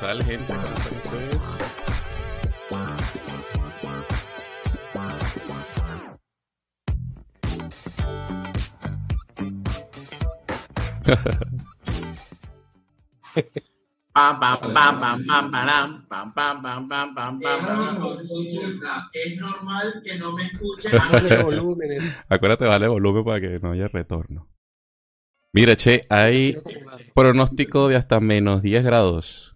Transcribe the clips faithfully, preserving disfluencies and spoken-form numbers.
tal, gente? ¿Cómo están ustedes? Pam, pam, pam, pam, pam, pam, pam, pam, pam, pam, pam, pam. Consulta, ¿es normal que no me escuchen? Acuérdate, vale volumen para que no haya retorno. Mira, che, hay pronóstico de hasta menos diez grados.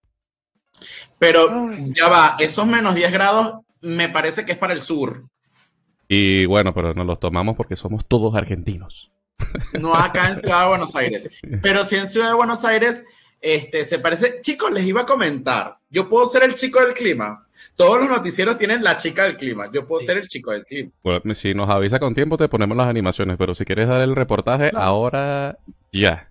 Pero ya va, esos menos diez grados me parece que es para el sur. Y bueno, pero nos los tomamos porque somos todos argentinos. No acá en Ciudad de Buenos Aires. Pero sí en Ciudad de Buenos Aires, este, se parece. Chicos, les iba a comentar. Yo puedo ser el chico del clima. Todos los noticieros tienen la chica del clima. Yo puedo sí. ser el chico del clima. Bueno, si nos avisa con tiempo, te ponemos las animaciones. Pero si quieres dar el reportaje, no. ahora ya.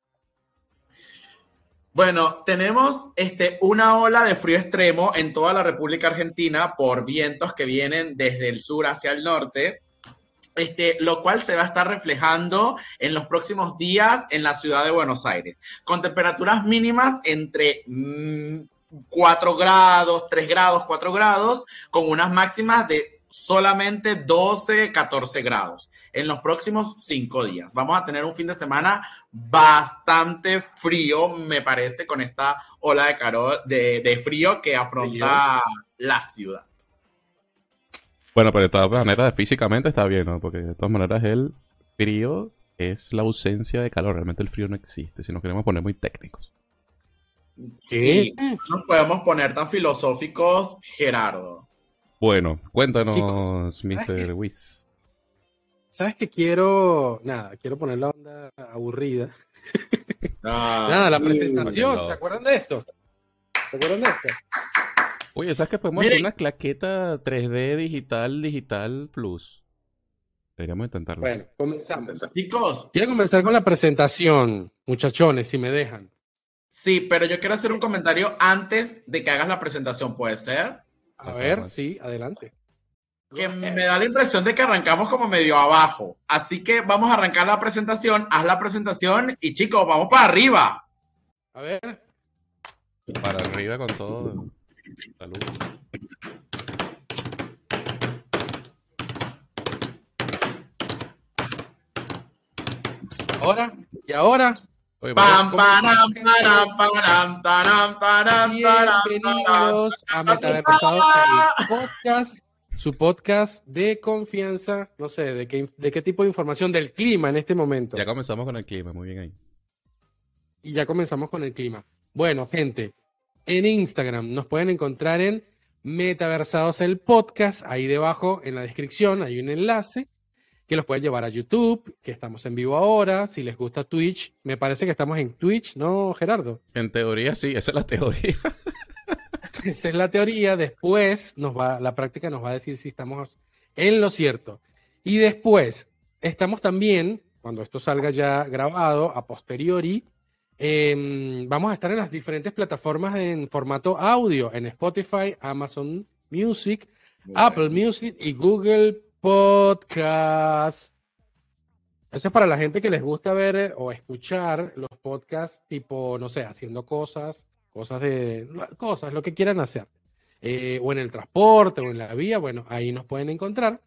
Bueno, tenemos este, una ola de frío extremo en toda la República Argentina por vientos que vienen desde el sur hacia el norte. Este, lo cual se va a estar reflejando en los próximos días en la ciudad de Buenos Aires, con temperaturas mínimas entre mmm, cuatro grados, tres grados, cuatro grados, con unas máximas de solamente doce, catorce grados en los próximos cinco días. Vamos a tener un fin de semana bastante frío, me parece, con esta ola de, calor, de, de frío que afronta la ciudad. Bueno, pero de todas maneras, físicamente está bien, ¿no? Porque de todas maneras el frío es la ausencia de calor. Realmente el frío no existe, si nos queremos poner muy técnicos. Sí, no nos podemos poner tan filosóficos, Gerardo. Bueno, cuéntanos, Chicos, mister Wiz. ¿Sabes qué quiero? Nada, quiero poner la onda aburrida. Ah, Nada, la presentación, ¿se acuerdan de esto? ¿Se acuerdan de esto? Oye, ¿sabes que podemos Miren. hacer una claqueta tres D digital, digital plus? Deberíamos intentarlo. Bueno, comenzamos. Chicos. Quiero comenzar con la presentación, muchachones, si me dejan. Sí, pero yo quiero hacer un comentario antes de que hagas la presentación, ¿puede ser? A ver, sí, adelante. Que me da la impresión de que arrancamos como medio abajo. Así que vamos a arrancar la presentación, haz la presentación y chicos, vamos para arriba. A ver. Para arriba con todo. Salud. Ahora, y ahora. Oye, pam, param, param, param, param, param, bienvenidos a Metaversados, el podcast, su podcast de confianza, no sé, de qué, de qué tipo de información del clima en este momento. Ya comenzamos con el clima, muy bien ahí. Y ya comenzamos con el clima. Bueno, gente, en Instagram nos pueden encontrar en Metaversados el podcast, ahí debajo en la descripción hay un enlace que los puede llevar a YouTube, que estamos en vivo ahora, si les gusta Twitch, me parece que estamos en Twitch, ¿no, Gerardo? En teoría sí, esa es la teoría. Esa es la teoría, después nos va, la práctica nos va a decir si estamos en lo cierto. Y después, estamos también, cuando esto salga ya grabado, a posteriori, eh, vamos a estar en las diferentes plataformas en formato audio, en Spotify, Amazon Music, Muy Apple bien. Music y Google Podcast. Eso es para la gente que les gusta ver o escuchar los podcasts tipo, no sé, haciendo cosas, cosas de cosas, lo que quieran hacer. Eh, o en el transporte o en la vía, bueno, ahí nos pueden encontrar.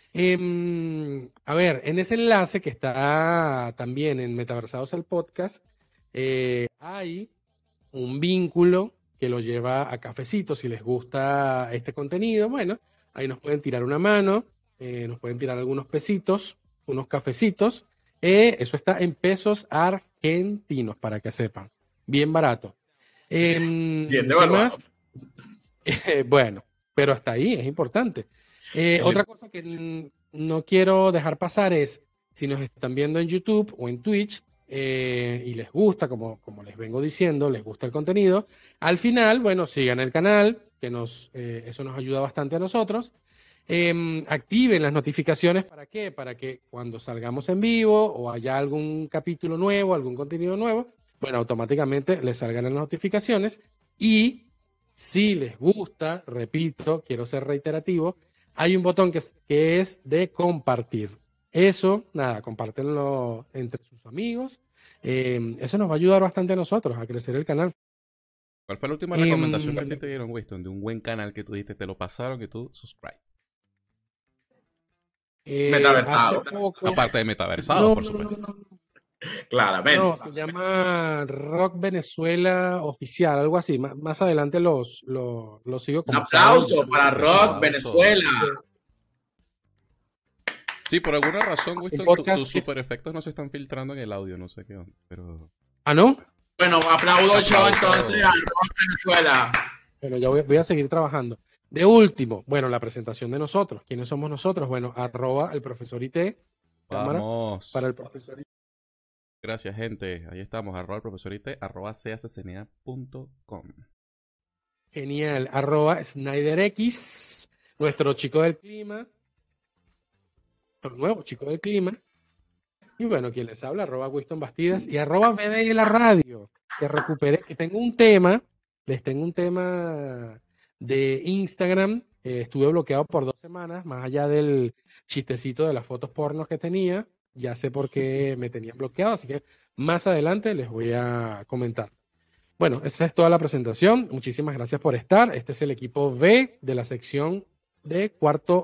Eh, a ver, en ese enlace que está también en Metaversados el podcast, eh, hay un vínculo que lo lleva a Cafecito. Si les gusta este contenido, bueno, ahí nos pueden tirar una mano. Eh, nos pueden tirar algunos pesitos, unos cafecitos. Eh, eso está en pesos argentinos, para que sepan. Bien barato. Eh, Bien de verdad. Eh, bueno, pero hasta ahí es importante. Eh, otra cosa que no quiero dejar pasar es, si nos están viendo en YouTube o en Twitch eh, y les gusta, como, como les vengo diciendo, les gusta el contenido, al final, bueno, sigan el canal, que nos, eh, eso nos ayuda bastante a nosotros. Eh, activen las notificaciones. ¿Para qué? Para que cuando salgamos en vivo o haya algún capítulo nuevo, algún contenido nuevo, bueno, automáticamente les salgan las notificaciones. Y si les gusta, repito, quiero ser reiterativo, hay un botón que es, que es de compartir. Eso, nada, compártenlo entre sus amigos. Eh, eso nos va a ayudar bastante a nosotros a crecer el canal. ¿Cuál fue la última Em, recomendación que a ti te dieron, Winston? De un buen canal que tú dijiste, te lo pasaron que tú subscribe. eh, hace Metaversado, poco. Aparte de Metaversados, No, por no, no, supuesto. no, no. claramente. No, se llama Rock Venezuela Oficial, algo así. Más, más adelante los, los, los sigo Un como aplauso saben. para Un Rock aplauso. Venezuela. Sí, por alguna razón, Un Winston, tu- podcast tus que- super efectos no se están filtrando en el audio, no sé qué onda, pero... Ah, ¿no? Bueno, aplaudo yo Aplauso. entonces a Rock Venezuela. Bueno, ya voy, voy a seguir trabajando. De último, bueno, la presentación de nosotros. ¿Quiénes somos nosotros? Bueno, arroba el profesor I T, cámara, Vamos. para el profesor I T. Gracias, gente. Ahí estamos, arroba el profesor I T, arroba c a c c n a punto com. Genial, arroba SnyderX, nuestro chico del clima, nuestro nuevo chico del clima. Y bueno, quien les habla, arroba Winston Bastidas y arroba V D la radio, que recuperé, que tengo un tema, les tengo un tema de Instagram, eh, estuve bloqueado por dos semanas, más allá del chistecito de las fotos pornos que tenía, ya sé por qué me tenían bloqueado, así que más adelante les voy a comentar. Bueno, esa es toda la presentación, muchísimas gracias por estar, este es el equipo B de la sección de cuarto.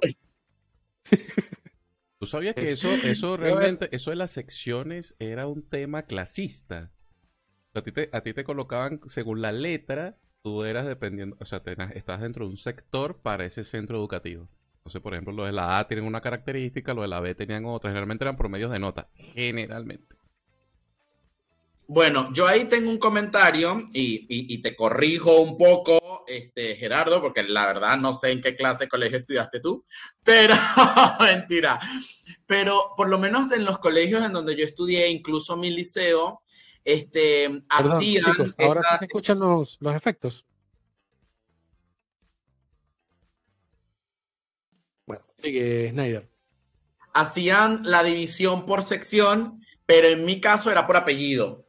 ¿Tú sabías que Es- eso, eso Voy a ver. realmente, eso de las secciones era un tema clasista? A ti te, a ti te colocaban según la letra, tú eras dependiendo, o sea, tenías- estabas dentro de un sector para ese centro educativo. Entonces, por ejemplo, los de la A tienen una característica, los de la B tenían otra. Generalmente eran promedios de nota. Generalmente. Bueno, yo ahí tengo un comentario y, y- y te corrijo un poco, este, Gerardo, porque la verdad no sé en qué clase de colegio estudiaste tú, pero mentira. Pero por lo menos en los colegios en donde yo estudié, incluso mi liceo, este, Perdón, hacían chicos, ahora sí esta- se escuchan los, los efectos. Bueno, sigue Snyder. hacían la división por sección, pero en mi caso era por apellido.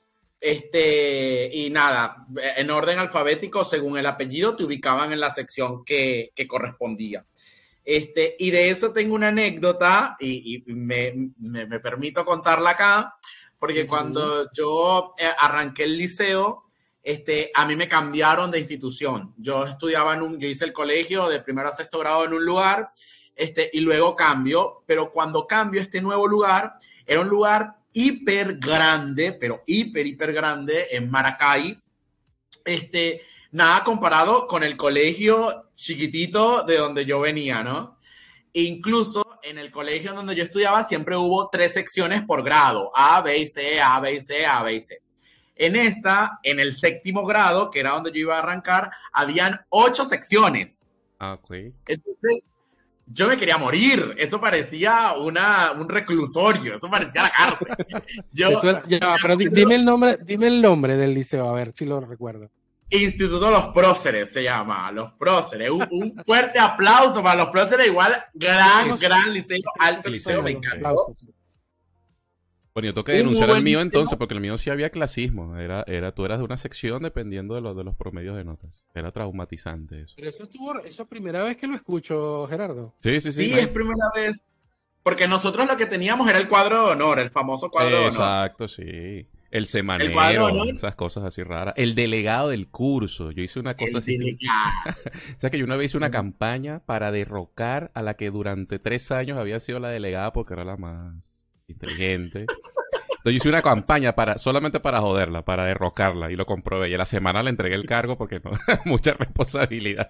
Este, y nada, en orden alfabético, según el apellido, te ubicaban en la sección que, que correspondía. Este, y de eso tengo una anécdota y, y me, me, me, permito contarla acá, porque uh-huh. cuando yo arranqué el liceo, este, a mí me cambiaron de institución. Yo estudiaba en un, yo hice el colegio de primero a sexto grado en un lugar, este, y luego cambio, pero cuando cambio este nuevo lugar, era un lugar hiper grande, pero hiper, hiper grande en Maracay, este, nada comparado con el colegio chiquitito de donde yo venía, ¿no? E incluso en el colegio donde yo estudiaba siempre hubo tres secciones por grado, A, B y C, A, B y C, A, B y C. En esta, en el séptimo grado, que era donde yo iba a arrancar, habían ocho secciones. Ah, ok. Entonces, yo me quería morir. Eso parecía una, un reclusorio. Eso parecía la cárcel. Yo, Eso era, ya, pero di, dime el nombre, dime el nombre del liceo, a ver si lo recuerdo. Instituto Los Próceres se llama, Los Próceres. Un, un fuerte aplauso para Los Próceres, igual gran, Eso. gran liceo, alto liceo, me encantó. Bueno, yo tengo que denunciar el mío entonces, porque el mío sí había clasismo. Era, era, tú eras de una sección dependiendo de, lo, de los promedios de notas. Era traumatizante eso. Pero eso estuvo, eso es primera vez que lo escucho, Gerardo. Sí, sí, sí. Sí, es primera vez. Porque nosotros lo que teníamos era el cuadro de honor, el famoso cuadro de honor. Exacto, sí. El semanero, el esas cosas así raras. El delegado del curso. Yo hice una cosa el así. Delegado. O sea que yo una vez hice una campaña para derrocar a la que durante tres años había sido la delegada porque era la más inteligente. Entonces yo hice una campaña para solamente para joderla, para derrocarla, y lo comprobé. Y a la semana le entregué el cargo porque no, mucha responsabilidad.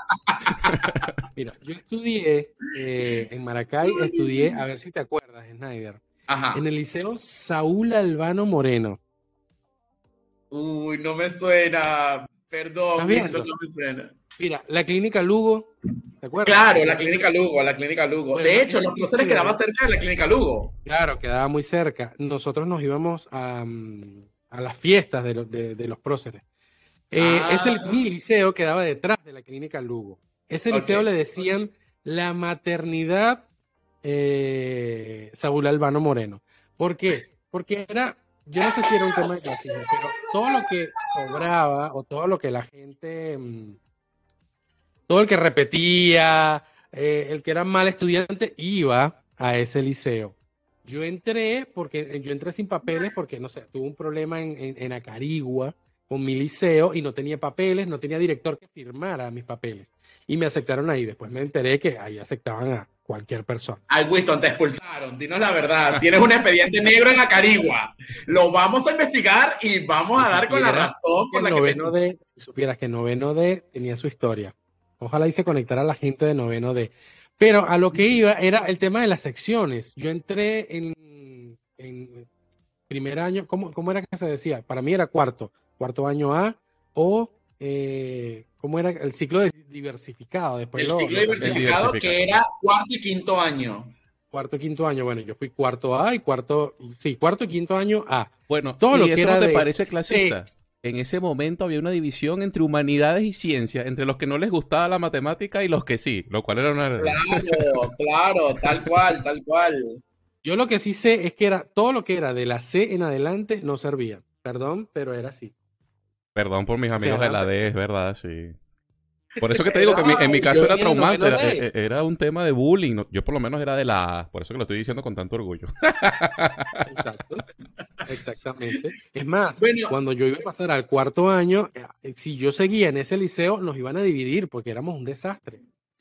Mira, yo estudié eh, en Maracay, estudié, a ver si te acuerdas, Snyder, Ajá. en el liceo Saúl Albano Moreno. Uy, no me suena. Perdón, esto no me suena. Mira, la clínica Lugo, ¿te acuerdas? Claro, la clínica Lugo, la clínica Lugo. Bueno, de hecho, los próceres quedaban cerca de la clínica Lugo. Claro, quedaba muy cerca. Nosotros nos íbamos a, a las fiestas de, los, de, de los próceres. Eh, ah. Ese, mi liceo quedaba detrás de la clínica Lugo. Ese liceo okay. le decían la maternidad eh, Saúl Albano Moreno. ¿Por qué? Porque era, yo no sé si era un tema de clasismo, pero todo lo que cobraba o todo lo que la gente... Mmm, todo el que repetía, eh, el que era mal estudiante, iba a ese liceo. Yo entré, porque yo entré sin papeles porque, no sé, tuve un problema en, en, en Acarigua con mi liceo y no tenía papeles, no tenía director que firmara mis papeles. Y me aceptaron ahí. Después me enteré que ahí aceptaban a cualquier persona. Ay, Winston, te expulsaron, dinos la verdad. Tienes un expediente negro en Acarigua. Lo vamos a investigar y vamos a Si dar con la supieras razón que por la que noveno te... D, si supieras que noveno D tenía su historia. Ojalá y se conectara a la gente de noveno D. Pero a lo que iba era el tema de las secciones. Yo entré en, en primer año, ¿cómo, ¿cómo era que se decía? Para mí era cuarto, cuarto año A o eh, ¿cómo era? El ciclo de- diversificado. Después El lo- ciclo lo cambiaron. diversificado que diversificado. era cuarto y quinto año. Cuarto, quinto año. Bueno, yo fui cuarto A y cuarto, sí, cuarto y quinto año A. Bueno, Todo ¿y lo que eso era no te de parece C. clasista? En ese momento había una división entre humanidades y ciencia, entre los que no les gustaba la matemática y los que sí, lo cual era una... Claro, claro, tal cual, tal cual. Yo lo que sí sé es que era todo lo que era de la C en adelante no servía. Perdón, pero era así. Perdón por mis O sea, amigos de la era- D, es verdad, sí. Por eso que te digo que en mi, en mi Ay, caso yo era venía de traumante, noveno era, D. e- e- era un tema de bullying. ¿no? Yo por lo menos era de la A, por eso que lo estoy diciendo con tanto orgullo. Exacto, exactamente. Es más, Bueno, cuando yo iba a pasar al cuarto año, eh, si yo seguía en ese liceo, nos iban a dividir porque éramos un desastre.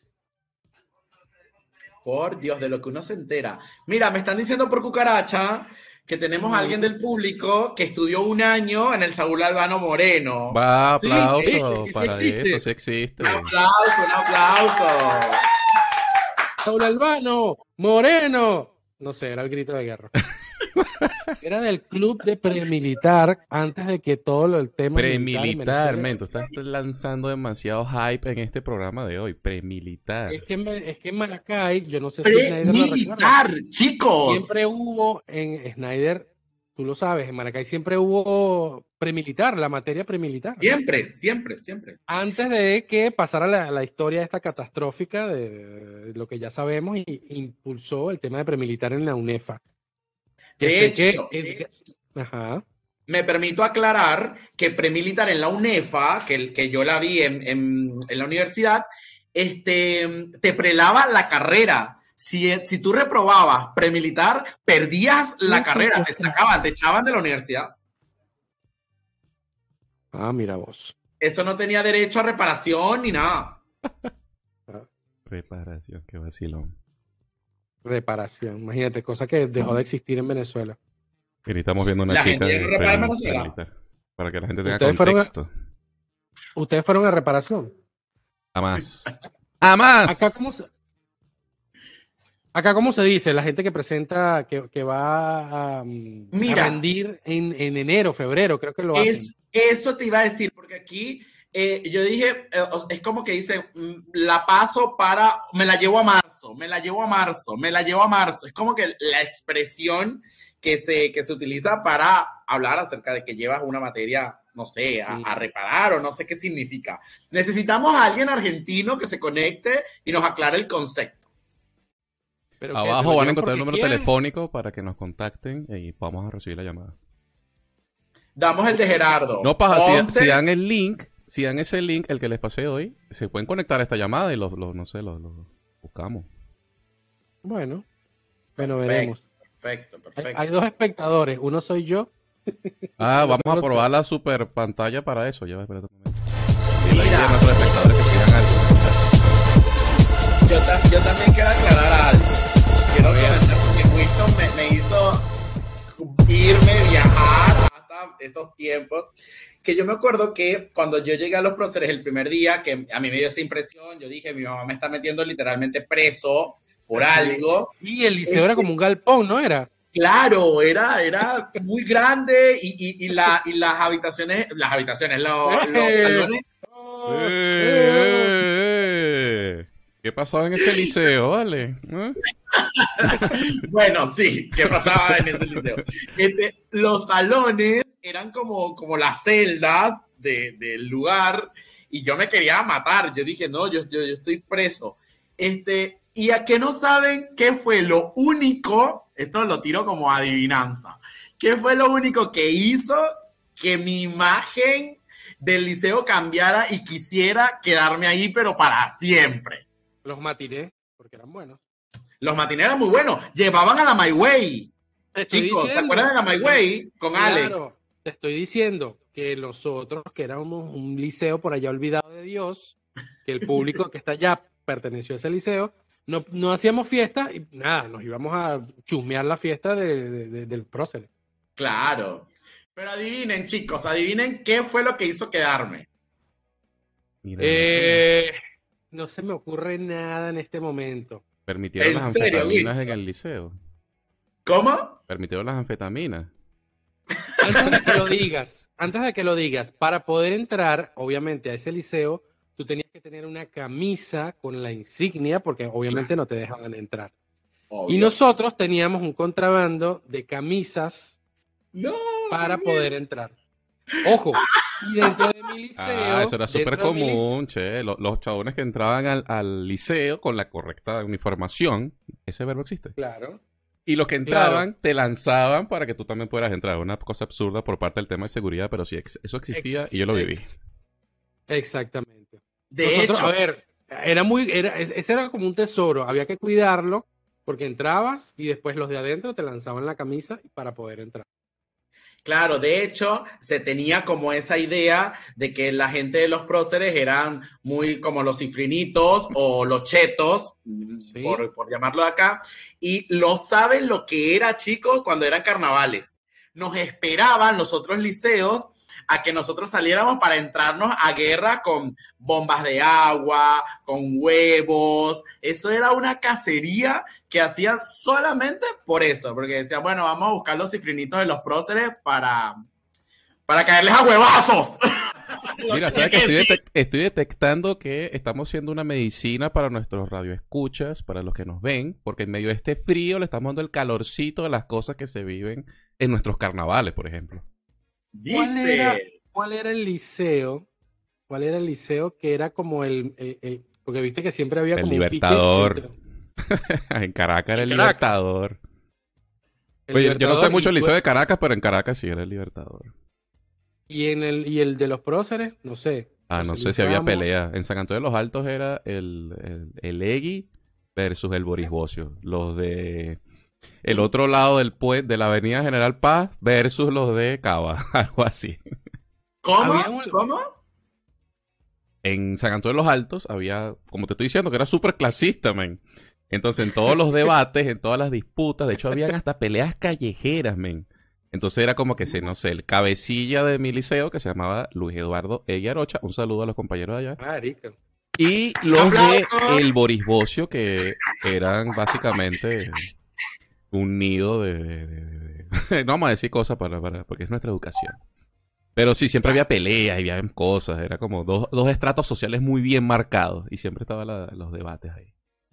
por Dios, de lo que uno se entera. Mira, me están diciendo por cucaracha que tenemos a alguien del público que estudió un año en el Saúl Albano Moreno. Va, Sí, aplauso ¿viste? Que sí para existe. eso, sí existe. Un aplauso, un aplauso. Saúl Albano, Moreno. No sé, era el grito de guerra. Era del club de premilitar antes de que todo lo, el tema militar en Premilitar, Venezuela men, tú estás lanzando demasiado hype en este programa de hoy. Premilitar. Es que, en, Ve- es que en Maracay, yo no sé si Snyder lo recuerda, Premilitar, chicos. siempre hubo en Snyder, tú lo sabes, en Maracay siempre hubo premilitar, la materia premilitar. Siempre, siempre, siempre. Antes de que pasara la, la historia esta catastrófica de, de lo que ya sabemos, y impulsó el tema de premilitar en la UNEFA. Que De sé que- hecho, es- ajá. me permito aclarar que premilitar en la UNEFA, que, que yo la vi en, en- en la universidad, este, te prelaba la carrera. Si, si tú reprobabas premilitar, perdías la Sí, carrera, sí, te sí. sacaban, te echaban de la universidad. Ah, mira vos. Eso no tenía derecho a reparación ni nada. Reparación, qué vacilón. Reparación, imagínate, cosa que dejó de existir en Venezuela. Y ahorita estamos viendo una La chica gente de ya no repara en premi- Venezuela. premilitar. Para que la gente tenga Ustedes fueron a- contexto. ¿Ustedes fueron a reparación? Jamás. ¡Jamás! Acá cómo se, acá cómo se dice, la gente que presenta, que, que va a, mm, a Mira. rendir en, en enero, febrero, creo que lo hacen. Es, eso te iba a decir, porque aquí eh, yo dije, eh, o- es como que dice, mm, la paso para, me la llevo a marzo, me la llevo a marzo, me la llevo a marzo. Es como que la expresión que se, que se utiliza para hablar acerca de que llevas una materia, no sé, a, a reparar o no sé qué significa. Necesitamos a alguien argentino que se conecte y nos aclare el concepto. Pero que te Abajo lo van a llevan encontrar el porque número quieren. telefónico para que nos contacten y vamos a recibir la llamada. Damos el de Gerardo. No pasa, si, once si dan el link, si dan ese link, el que les pasé hoy, se pueden conectar a esta llamada y los, los no sé, los, los buscamos. Bueno, bueno, Perfecto, veremos. Perfecto, Hay, perfecto. hay dos espectadores, uno soy yo. Ah, No vamos a lo sé. probar la super pantalla para eso. Ya, espérate un momento. Y la Mira. idea de nuestros espectadores que sigan algo. Yo, ta- yo también quiero aclarar algo. Quiero comentar porque Winston me, me hizo irme, viajar hasta estos tiempos. Que yo me acuerdo que cuando yo llegué a los próceres el primer día, que a mí me dio esa impresión, yo dije, mi mamá me está metiendo literalmente preso por algo. Y el liceo era como un galpón, ¿no era? Claro, era, era muy grande y, y, y, la, y las habitaciones, las habitaciones, los, los salones. ¡Eh, eh, eh! ¿Qué pasaba en ese liceo, vale? ¿Eh? Bueno, sí, ¿qué pasaba en ese liceo? Este, los salones eran como, como las celdas de, del lugar y yo me quería matar. Yo dije, no, yo, yo, yo estoy preso. Este, y a que no saben qué fue lo único, esto lo tiro como adivinanza, qué fue lo único que hizo que mi imagen del liceo cambiara y quisiera quedarme ahí, pero para siempre. Los matinés, porque eran buenos. Los matines eran muy buenos. Llevaban a la My Way. Te estoy Chicos, ¿se diciendo. acuerdan de la My Way con Claro, Alex? te estoy diciendo que nosotros, que éramos un liceo por allá olvidado de Dios, que el público que está allá perteneció a ese liceo, no, no hacíamos fiesta y nada, nos íbamos a chusmear la fiesta de, de- de- del prócer. Claro. Pero adivinen, chicos, adivinen qué fue lo que hizo quedarme. Mira, Eh, no se me ocurre nada en este momento. permitieron ¿En las serio, anfetaminas Víctor? en el liceo. ¿Cómo? Permitieron las anfetaminas. Antes de que lo digas, antes de que lo digas, para poder entrar, obviamente, a ese liceo, tú tenías que tener una camisa con la insignia, porque obviamente no te dejaban entrar. Y Obvio. nosotros teníamos un contrabando de camisas No. para poder entrar. Ojo, y dentro de mi liceo. Ah, eso era súper dentro de mi lice- común, che. Lo- Los, chabones que entraban al, al liceo con la correcta uniformación, ese verbo existe. Claro. Y los que entraban te lanzaban para que tú también pudieras entrar. Una cosa absurda por parte del tema de seguridad, pero sí, ex- eso existía Ex- y yo lo viví. ex- Exactamente. De Nosotros, hecho, a ver, era muy, era, es- ese era como un tesoro, había que cuidarlo porque entrabas y después los de adentro te lanzaban la camisa para poder entrar. claro, de hecho, se tenía como esa idea de que la gente de los próceres eran muy como los cifrinitos o los chetos, Sí. por, por llamarlo de acá, y no saben lo que era, chicos, cuando eran carnavales. Nos esperaban los otros liceos a que nosotros saliéramos para entrarnos a guerra con bombas de agua, con huevos. Eso era una cacería que hacían solamente por eso, porque decían, bueno, vamos a buscar los cifrinitos de los próceres para, para caerles a huevazos. Mira, ¿sabes que estoy, detec- estoy detectando que estamos haciendo una medicina para nuestros radioescuchas, para los que nos ven, porque en medio de este frío le estamos dando el calorcito de las cosas que se viven en nuestros carnavales, por ejemplo. ¿Cuál era, ¿Viste? cuál era el liceo? ¿Cuál era el liceo que era como el, el- el- porque viste que siempre había El como un pique Libertador. entre- En Caracas era el En Caracas. Libertador. el Oye, yo no sé Libertador mucho y el liceo fue- de Caracas, pero en Caracas sí era el Libertador. y en el y el de los próceres, no sé. Ah, no José sé Luis si había Ramos. pelea. En San Antonio de los Altos era el, el, el Egui versus el Boris Bocio. Los de el otro lado del pue- de la Avenida General Paz versus los de Cava. Algo así. ¿Cómo? Había un- ¿Cómo? En San Antonio de los Altos había, como te estoy diciendo, que era súper clasista, men. Entonces, en todos los debates, en todas las disputas, de hecho, habían hasta peleas callejeras, men. Entonces era como que, se, no sé, el cabecilla de mi liceo, que se llamaba Luis Eduardo Egui Arocha. Un saludo a los compañeros de allá. Marica. Y los de ¡Aplausos! el Boris Bocio, que eran básicamente un nido de... de- de- de- no vamos a decir cosas para, para- porque es nuestra educación. Pero sí, siempre había peleas y había cosas. Era como dos, dos estratos sociales muy bien marcados. Y siempre estaban la- los debates ahí.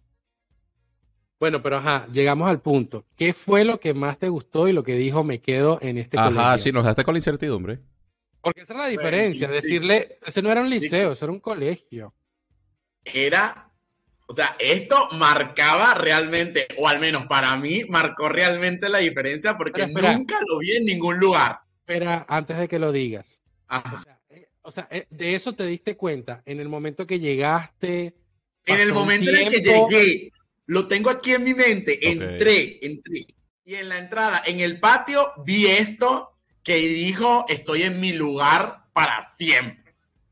Bueno, pero ajá, llegamos al punto. ¿Qué fue lo que más te gustó y lo que dijo me quedo en este Ajá, colegio? sí, nos dejaste con la incertidumbre. Porque esa es la Bueno, diferencia, sí, decirle, ese no era un sí, liceo, sí. ese era un colegio. Era, o sea, esto marcaba realmente, o al menos para mí, marcó realmente la diferencia porque Pero espera. nunca lo vi en ningún lugar. Espera, antes de que lo digas. O Ajá. sea, eh, o sea, eh, de eso te diste cuenta en el momento que llegaste. En el pasó un momento en el que tiempo. llegué, lo tengo aquí en mi mente, entré, entré. Y en la entrada, en el patio, vi esto que dijo, estoy en mi lugar para siempre.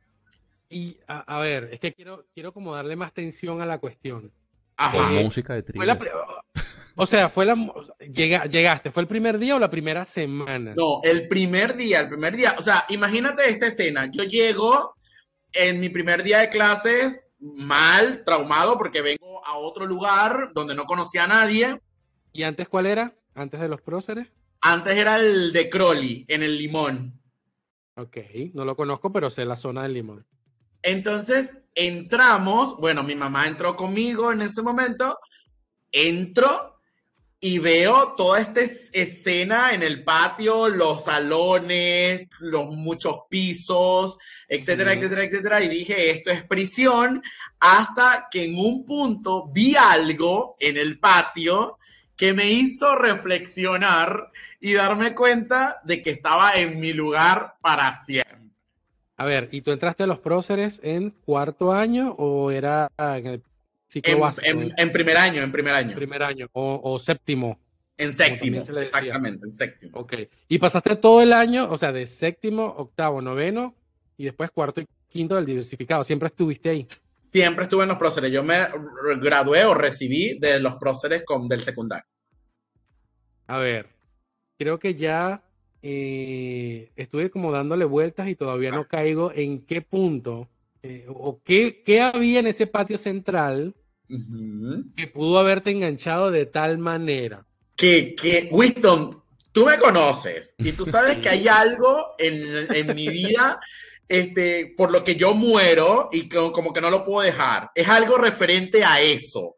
Y a, a ver, es que quiero, quiero como darle más tensión a la cuestión. Con Ajá. Eh, música de Fue la thriller. pri- o sea, fue la llega- llegaste, ¿fue el primer día o la primera semana? No, el primer día, el primer día, o sea, imagínate esta escena. Yo llego en mi primer día de clases mal, traumado, porque vengo a otro lugar donde no conocía a nadie. ¿Y antes cuál era? ¿Antes de los próceres? Antes era el de Crowley, en el Limón. Ok, no lo conozco, pero sé la zona del Limón. Entonces entramos, bueno, mi mamá entró conmigo en ese momento, entro y veo toda esta es- escena en el patio, los salones, los muchos pisos, etcétera, Ujú. etcétera, etcétera, y dije, esto es prisión, hasta que en un punto vi algo en el patio que me hizo reflexionar y darme cuenta de que estaba en mi lugar para siempre. A ver, ¿y tú entraste a los próceres en cuarto año o era en el ciclo En, básico? en- en primer año, en primer año. primer año o, o séptimo? En como séptimo, también se le decía. exactamente, en séptimo. Ok. Y pasaste todo el año, o sea, de séptimo, octavo, noveno y después cuarto y quinto del diversificado. Siempre estuviste ahí. Siempre estuve en los próceres. Yo me gradué o recibí de los próceres con, del secundario. A ver, creo que ya eh, estuve como dándole vueltas y todavía no caigo en qué punto eh, o qué, qué había en ese patio central Uh-huh. que pudo haberte enganchado de tal manera. Que, que, Winston, tú me conoces y tú sabes que hay algo en, en mi vida este, por lo que yo muero y que, como que no lo puedo dejar. Es algo referente a eso.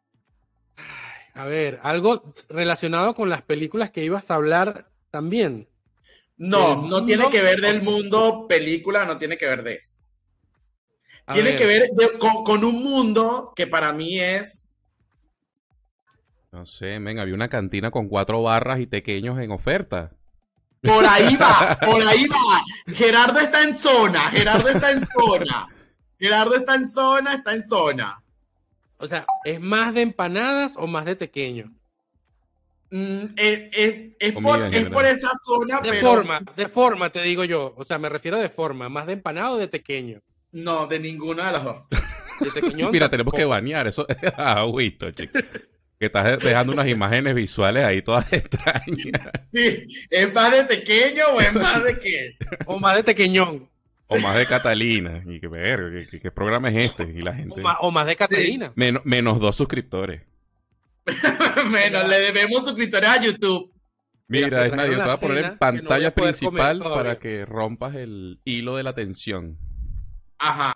A ver, algo relacionado con las películas que ibas a hablar también. No, ¿Del no tiene mundo? que ver del mundo, película, no tiene que ver de eso. A Tiene ver, que ver de- con, con un mundo que para mí es... No sé, men, había una cantina con cuatro barras y tequeños en oferta. Por ahí va, por ahí va. Gerardo está en zona, Gerardo está en zona. Gerardo está en zona, está en zona. o sea, ¿es más de empanadas o más de tequeño? Mm, es, es- es Comida por, en es general. por esa zona, De pero forma, de forma te digo yo. O sea, me refiero de forma, más de empanado o de tequeño. no, de ninguna de las dos. De tequeñón Mira, tenemos que tampoco. banear eso. Ah, Wisto, chico. Que estás dejando unas imágenes visuales ahí todas extrañas. Sí, ¿es más de pequeño o es más de qué? O más de tequeñón. O más de Catalina. Y que ver, ¿qué, qué- qué programa es este? Y la O gente. más, o más de Catalina. Menos, menos dos suscriptores. Menos, le debemos suscriptores a YouTube. Mira, Mira, me es nadie, trajeron te voy la a poner en cena que no voy a pantalla poder principal comer todavía. para que rompas el hilo de la tensión. Ajá.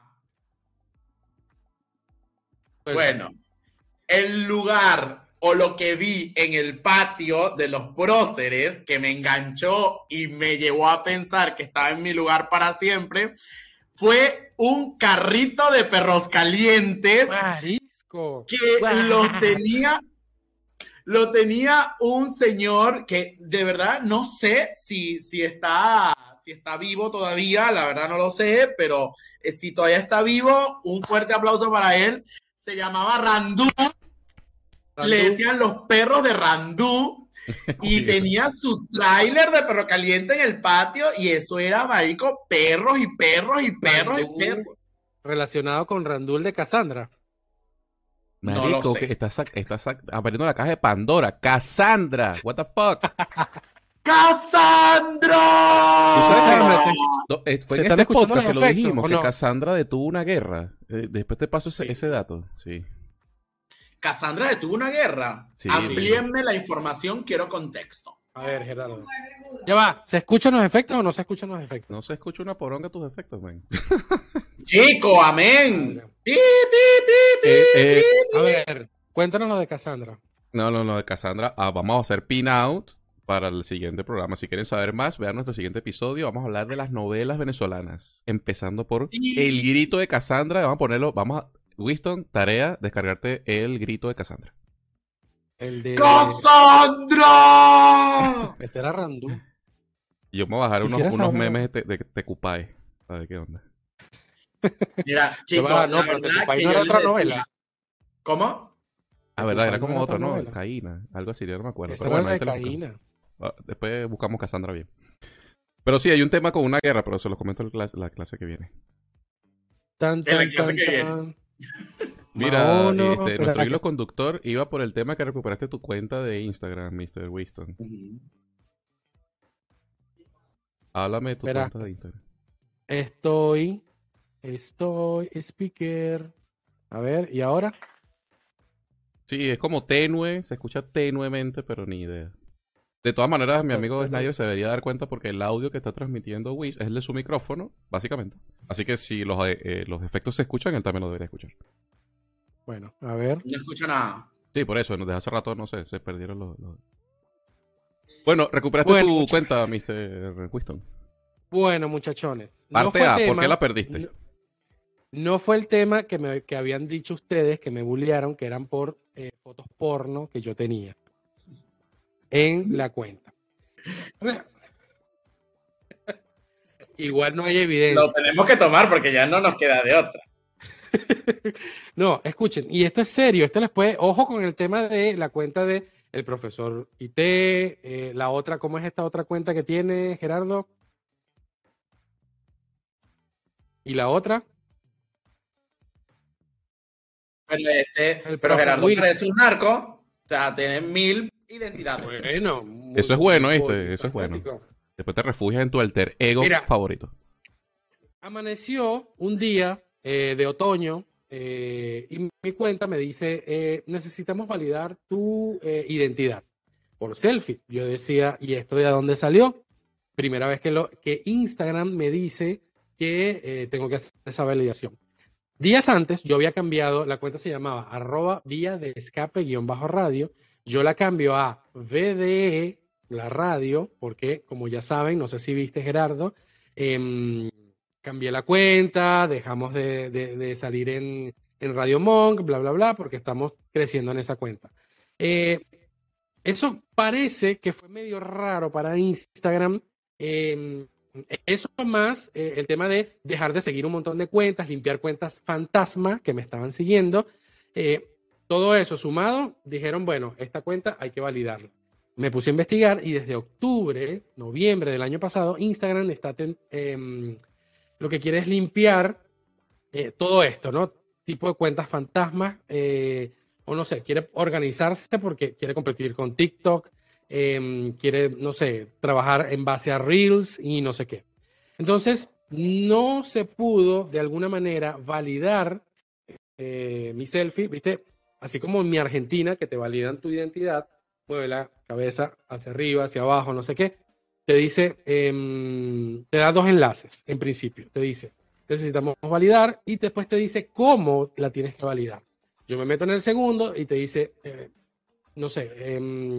Suelta. Bueno, el lugar o lo que vi en el patio de los próceres que me enganchó y me llevó a pensar que estaba en mi lugar para siempre fue un carrito de perros calientes Marisco. que Guau. lo tenía, lo tenía un señor que de verdad no sé si, si está, si está vivo todavía, la verdad no lo sé, pero eh, si todavía está vivo, un fuerte aplauso para él. Se llamaba Randú. Le Randú. decían los perros de Randú y tenía su tráiler de perro caliente en el patio y eso era, marico, perros y perros y perros Randú, y perros. relacionado con Randul de Cassandra. No lo Marico, sé. que estás, sac- estás sac- abriendo la caja de Pandora. Cassandra, what the fuck. ¡Cassandra! ¿Tú sabes que Hombre, se- no, eh, fue ¿se en están este escuchando podcast que los lo efectos, dijimos, o que no? Cassandra detuvo una guerra? Eh, después te paso ese, Sí. ese dato. Sí. Cassandra detuvo una guerra. Sí. Amplíenme la información, quiero contexto. A ver, Gerardo. Ya va, ¿se escuchan los efectos o no se escuchan los efectos? No se escucha una poronga tus efectos, man. Chico, amén. Madre. Pi, pi, pi, pi, Eh, eh, pi. A ver, cuéntanos lo de Cassandra. No, no, no, de Cassandra. Ah, vamos a hacer pin out para el siguiente programa. Si quieren saber más, vean nuestro siguiente episodio. Vamos a hablar de las novelas venezolanas. Empezando por El Grito de Cassandra. Vamos a ponerlo, vamos a... Winston, tarea, descargarte El Grito de Cassandra. El de. ¡Cassandra! Ese era Randú. Y yo me voy a bajar unos, Quisiera unos saber- memes de, de Tecupae. A ver qué onda. Mira, Ya chicos, va, no, la pero verdad Tecupay que no yo era les otra decía- novela. ¿Cómo? Ah, verdad, era Tecupayo como era otra, otra ¿no? novela. Caína, algo así, yo no me acuerdo. Esa Pero era bueno, la ahí de te lo buscamos. Caína. Ah, después buscamos Cassandra bien. Pero sí, hay un tema con una guerra, pero se los comento en la clase, la clase que viene. Tan, En la tan, clase tan, que viene. tan. Mira, Maono, este, espera, nuestro que- hilo conductor iba por el tema que recuperaste tu cuenta de Instagram, mister Winston. Háblame de tu Espera. cuenta de Instagram. Estoy. Estoy. Speaker. A ver, ¿y ahora? Sí, es como tenue, se escucha tenuemente, pero ni idea. De todas maneras, mi amigo Snyder se debería dar cuenta porque el audio que está transmitiendo Wiz es el de su micrófono, básicamente. Así que si los, eh, eh, los efectos se escuchan, él también lo debería escuchar. Bueno, a ver. No escucho nada. Sí, por eso, desde hace rato, no sé, se perdieron los... los- Bueno, recuperaste Bueno, tu mucha- cuenta, mister Winston. Bueno, muchachones. no Parte fue A, ¿por tema- qué la perdiste? No, no fue el tema que, me, que habían dicho ustedes, que me bullearon, que eran por eh, fotos porno que yo tenía en la cuenta. Igual no hay evidencia. Lo tenemos que tomar porque ya no nos queda de otra. No, escuchen, y esto es serio, esto les puede, ojo con el tema de la cuenta de el profesor I T, eh, la otra, ¿cómo es esta otra cuenta que tiene Gerardo? ¿Y la otra? Pero, este, El pero profe Gerardo Will. parece un narco, o sea, tiene mil identidades. Bueno, muy, Eso es bueno, muy ¿viste? Eso es bueno. polifacético. Después te refugias en tu alter ego Mira. favorito. Amaneció un día eh, de otoño eh, y mi cuenta me dice, eh, necesitamos validar tu eh, identidad por selfie. Yo decía, ¿y esto de dónde salió? Primera vez que, lo, que Instagram me dice que eh, tengo que hacer esa validación. Días antes yo había cambiado, la cuenta se llamaba arroba vía de escape guión bajo radio. Yo la cambio a V D E, la radio, porque como ya saben, no sé si viste Gerardo, eh, cambié la cuenta, dejamos de, de, de salir en, en Radio Monk, bla, bla, bla, porque estamos creciendo en esa cuenta. Eh, eso parece que fue medio raro para Instagram. Eh, eso más eh, el tema de dejar de seguir un montón de cuentas, limpiar cuentas fantasma que me estaban siguiendo. Eh, todo eso sumado, dijeron, bueno, esta cuenta hay que validarla. Me puse a investigar y desde octubre, noviembre del año pasado, Instagram está ten, eh, lo que quiere es limpiar eh, todo esto, ¿no? Tipo de cuentas fantasmas, eh, o no sé, quiere organizarse porque quiere competir con TikTok, eh, quiere, no sé, trabajar en base a Reels y no sé qué. Entonces, no se pudo de alguna manera validar eh, mi selfie, ¿viste? Así como en mi Argentina, que te validan tu identidad, mueve la cabeza hacia arriba, hacia abajo, no sé qué. Te dice, eh, te da dos enlaces en principio. Te dice, necesitamos validar y después te dice cómo la tienes que validar. Yo me meto en el segundo y te dice, eh, no sé, eh,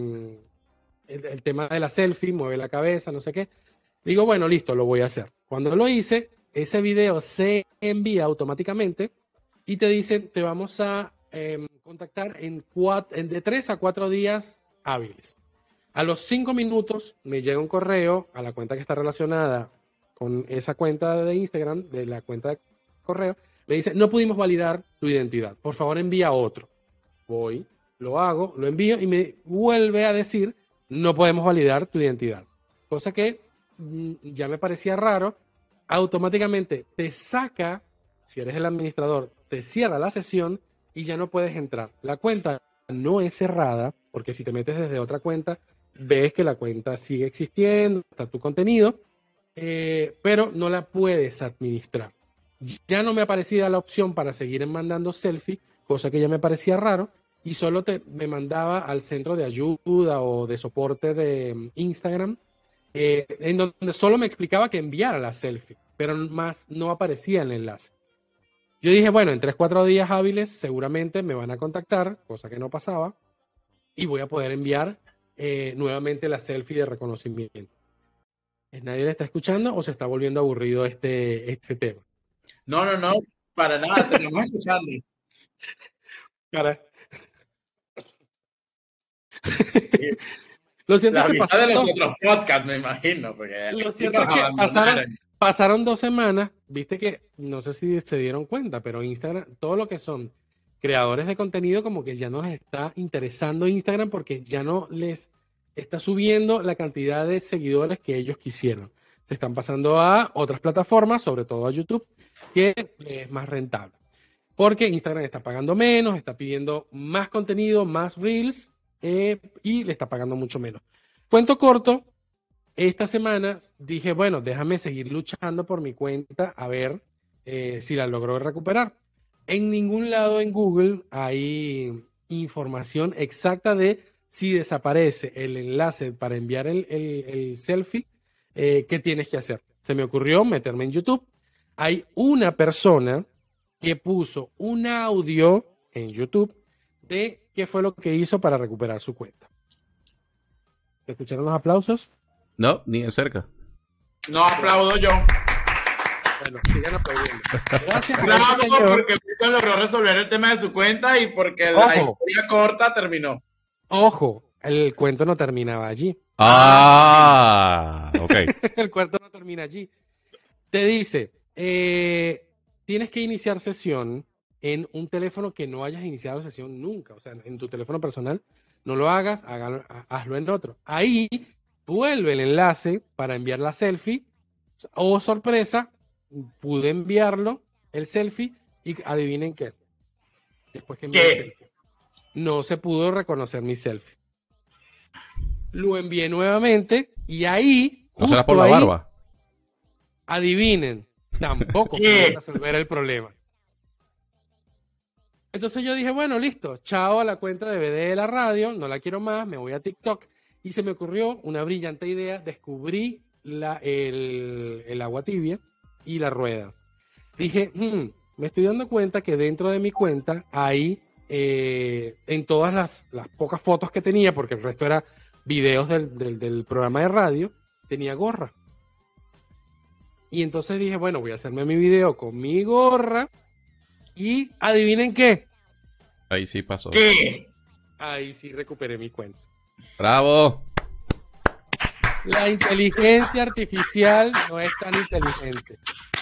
el, el tema de la selfie, mueve la cabeza, no sé qué. Digo, bueno, listo, lo voy a hacer. Cuando lo hice, ese video se envía automáticamente y te dice, te vamos a eh, contactar en, cuatro, en de tres a cuatro días hábiles. A los cinco minutos me llega un correo a la cuenta que está relacionada con esa cuenta de Instagram, de la cuenta de correo, me dice, no pudimos validar tu identidad, por favor envía otro. Voy, lo hago, lo envío y me vuelve a decir, no podemos validar tu identidad. Cosa que mmm, ya me parecía raro. Automáticamente te saca, si eres el administrador, te cierra la sesión y ya no puedes entrar. La cuenta no es cerrada, porque si te metes desde otra cuenta, ves que la cuenta sigue existiendo, está tu contenido, eh, pero no la puedes administrar. Ya no me aparecía la opción para seguir mandando selfie, cosa que ya me parecía raro, y solo te, me mandaba al centro de ayuda o de soporte de Instagram, eh, en donde solo me explicaba que enviara la selfie, pero más no aparecía el enlace. Yo dije, bueno, en tres, cuatro días hábiles seguramente me van a contactar, cosa que no pasaba, y voy a poder enviar eh, nuevamente la selfie de reconocimiento. ¿Nadie le está escuchando o se está volviendo aburrido este, este tema? No, no, no, para nada, te estamos escuchando. Cara. Lo cierto La es que vista de los pasaron, otros podcasts, me imagino. Porque lo cierto es que pasaron, pasaron dos semanas, viste que, no sé si se dieron cuenta, pero Instagram, todo lo que son creadores de contenido, como que ya no les está interesando Instagram porque ya no les está subiendo la cantidad de seguidores que ellos quisieron. Se están pasando a otras plataformas, sobre todo a YouTube, que es más rentable. Porque Instagram está pagando menos, está pidiendo más contenido, más reels, eh, y le está pagando mucho menos. Cuento corto, esta semana dije, bueno, déjame seguir luchando por mi cuenta a ver eh, si la logro recuperar. En ningún lado en Google hay información exacta de si desaparece el enlace para enviar el, el, el selfie, eh, ¿qué tienes que hacer? Se me ocurrió meterme en YouTube. Hay una persona que puso un audio en YouTube de qué fue lo que hizo para recuperar su cuenta. ¿Escucharon los aplausos? No, ni de cerca. No aplaudo yo. Bueno, sigan aplaudiendo. Gracias a Bravo, este señor. porque Víctor logró resolver el tema de su cuenta y porque Ojo. la historia corta terminó. Ojo, el cuento no terminaba allí. Ah, ok. El cuento no termina allí. Te dice, eh, tienes que iniciar sesión en un teléfono que no hayas iniciado sesión nunca. O sea, en tu teléfono personal no lo hagas, hágalo- ha- hazlo en otro. Ahí vuelve el enlace para enviar la selfie. Oh, sorpresa, pude enviarlo, el selfie, y adivinen qué. Después que envié el ¿Qué? selfie, no se pudo reconocer mi selfie. Lo envié nuevamente y ahí, ¿No será por justo la ahí, barba? adivinen, tampoco ¿Qué? pudo resolver el problema. Entonces yo dije, bueno, listo, chao a la cuenta de B D de la radio, no la quiero más, me voy a TikTok. Y se me ocurrió una brillante idea, descubrí la, el, el agua tibia y la rueda. Dije, "Hmm, me estoy dando cuenta que dentro de mi cuenta hay, eh, en todas las, las pocas fotos que tenía, porque el resto era videos del, del, del programa de radio, tenía gorra. Y entonces dije, bueno, voy a hacerme mi video con mi gorra y adivinen qué, Ahí sí pasó. ¿Qué? ahí sí recuperé mi cuenta. ¡Bravo! La inteligencia artificial no es tan inteligente.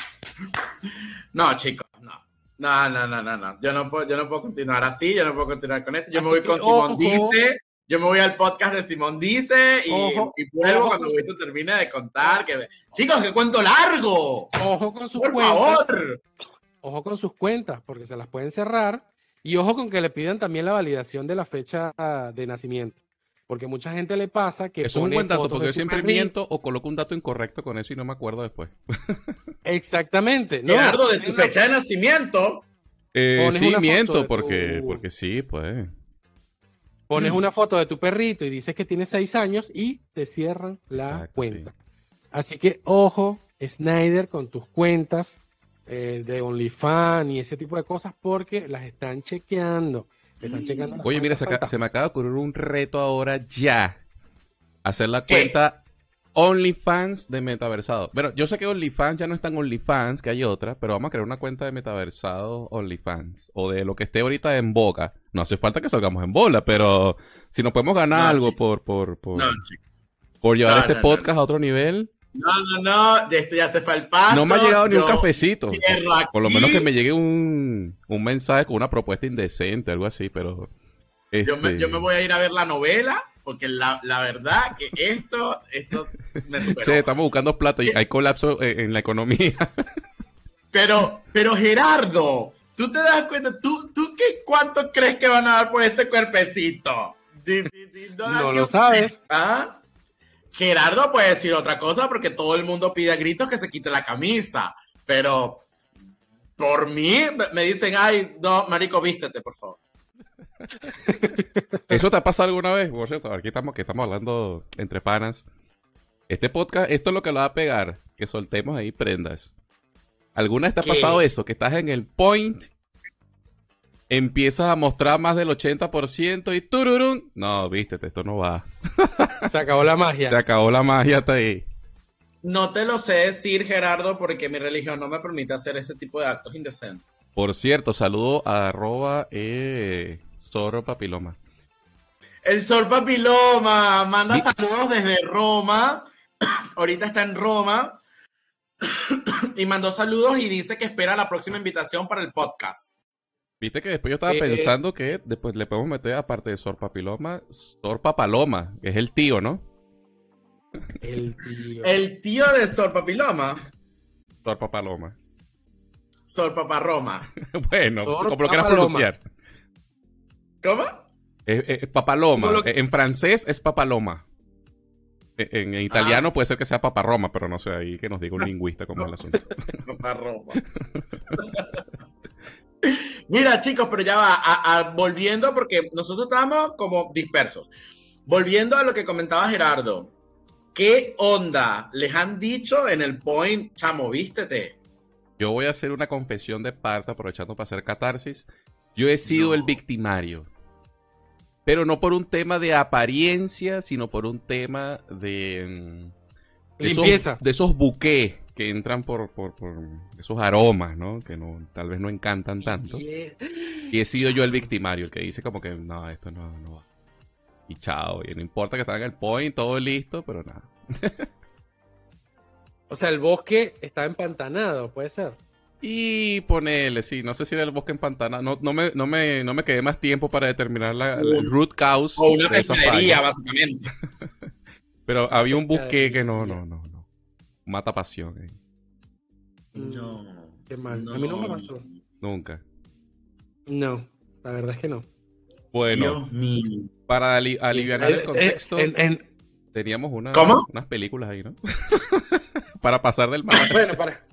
No, chicos, no. No, no, no, no, no. Yo no puedo, yo no puedo continuar así, yo no puedo continuar con esto. Yo Así me voy que, con Simón ojo. Dice, yo me voy al podcast de Simón Dice y, Ojo, y vuelvo ojo. cuando Wisto termine de contar. Que... Chicos, qué cuento largo. Ojo con sus Por cuentas. favor. Ojo con sus cuentas, porque se las pueden cerrar. Y ojo con que le pidan también la validación de la fecha ah, de nacimiento. Porque mucha gente le pasa que Eso es un pone buen dato, fotos porque de yo su siempre perrito. miento o coloco un dato incorrecto con eso y no me acuerdo después. Exactamente. No, Gerardo, de pones tu una- fecha de nacimiento. Eh, Pones sí, una foto miento, de porque, tu- porque sí, pues. Pones una foto de tu perrito y dices que tiene seis años y te cierran la Exacto, cuenta. Así que ojo, Snyder, con tus cuentas eh, de OnlyFans y ese tipo de cosas, porque las están chequeando. Te están checando las Oye, mira, cuentas se, aca- se me fantasmas. acaba de ocurrir un reto ahora ya. Hacer la ¿Qué? cuenta OnlyFans de Metaversado. Bueno, yo sé que OnlyFans ya no es tan OnlyFans, que hay otra, pero vamos a crear una cuenta de Metaversado OnlyFans. O de lo que esté ahorita en boga. No hace falta que salgamos en bola, pero si nos podemos ganar No, algo chicos. por, por, por, No, chicos. por llevar No, este no, no, podcast no. a otro nivel. No, no, no. De esto ya se fue al pasto. No me ha llegado ni un Yo cafecito. cierro aquí. Por lo menos que me llegue un, un mensaje con una propuesta indecente, algo así, pero... Yo me, este, yo me voy a ir a ver la novela, porque la, la verdad que esto, esto me superó. Che, estamos buscando plata y hay colapso en, en la economía. Pero, pero Gerardo, ¿tú te das cuenta? ¿Tú, tú qué, cuánto crees que van a dar por este cuerpecito? Di- di- di- No que- lo sabes. ¿Ah? Gerardo puede decir otra cosa porque todo el mundo pide a gritos que se quite la camisa, pero por mí me- me dicen, ay, no, marico, vístete, por favor. ¿Eso te ha pasado alguna vez? Por cierto, aquí estamos, que estamos hablando entre panas. Este podcast, esto es lo que lo va a pegar, que soltemos ahí prendas. ¿Alguna vez te ha ¿Qué? pasado eso? Que estás en el point, empiezas a mostrar más del ochenta por ciento y tururún. No, vístete, esto no va. Se acabó la Se magia. acabó la magia hasta ahí. No te lo sé decir, Gerardo, porque mi religión no me permite hacer ese tipo de actos indecentes. Por cierto, saludo a arroba eh, Zorro Papiloma. El Sol Papiloma manda Mi- saludos desde Roma. Ahorita está en Roma. Y mandó saludos y dice que espera la próxima invitación para el podcast. Viste que después yo estaba Eh, pensando que después le podemos meter, aparte de Sor Papiloma, Sor Papaloma, que es el tío, ¿no? El tío. El tío de Sol Papiloma, Sor Papaloma. Sol Paparroma. Bueno, Sor como lo quieras Papaloma. pronunciar. ¿Cómo? Es, es- es papaloma. Como lo- En francés es papaloma. En, en italiano Ah. puede ser que sea paparroma, pero no sé, ahí que nos diga un lingüista cómo es el asunto. Paparroma. Mira, chicos, pero ya va, a- a- volviendo, porque nosotros estábamos como dispersos. Volviendo a lo que comentaba Gerardo, ¿qué onda les han dicho en el point, chamo, vístete? Yo voy a hacer una confesión de parte, aprovechando para hacer catarsis. Yo he sido No. el victimario. Pero no por un tema de apariencia, sino por un tema de... mm, de esos- Limpieza. de esos buqués que entran por, por, por esos aromas, ¿no? Que no, tal vez no encantan tanto. Yeah. Y he sido yo el victimario, el que dice como que no, esto no, no va. Y chao, y no importa que estén en el point, todo listo, pero nada. O sea, el bosque está empantanado, puede ser. Y ponele, sí, no sé si era el bosque en Pantana. No, no, me, no, me, no me quedé más tiempo para determinar la, la Un- root cause O una de esa pescadería, falla. básicamente. Pero había un Pescadería. buque que no, no, no, no. Mata pasión. eh. No. Qué mal. A mí no me pasó. Nunca. No, la verdad es que no. Bueno, Dios mío. para ali aliviar Eh, el eh, contexto, en- en- teníamos una, ¿Cómo? unas películas ahí, ¿no? Para pasar del mar. bueno, para,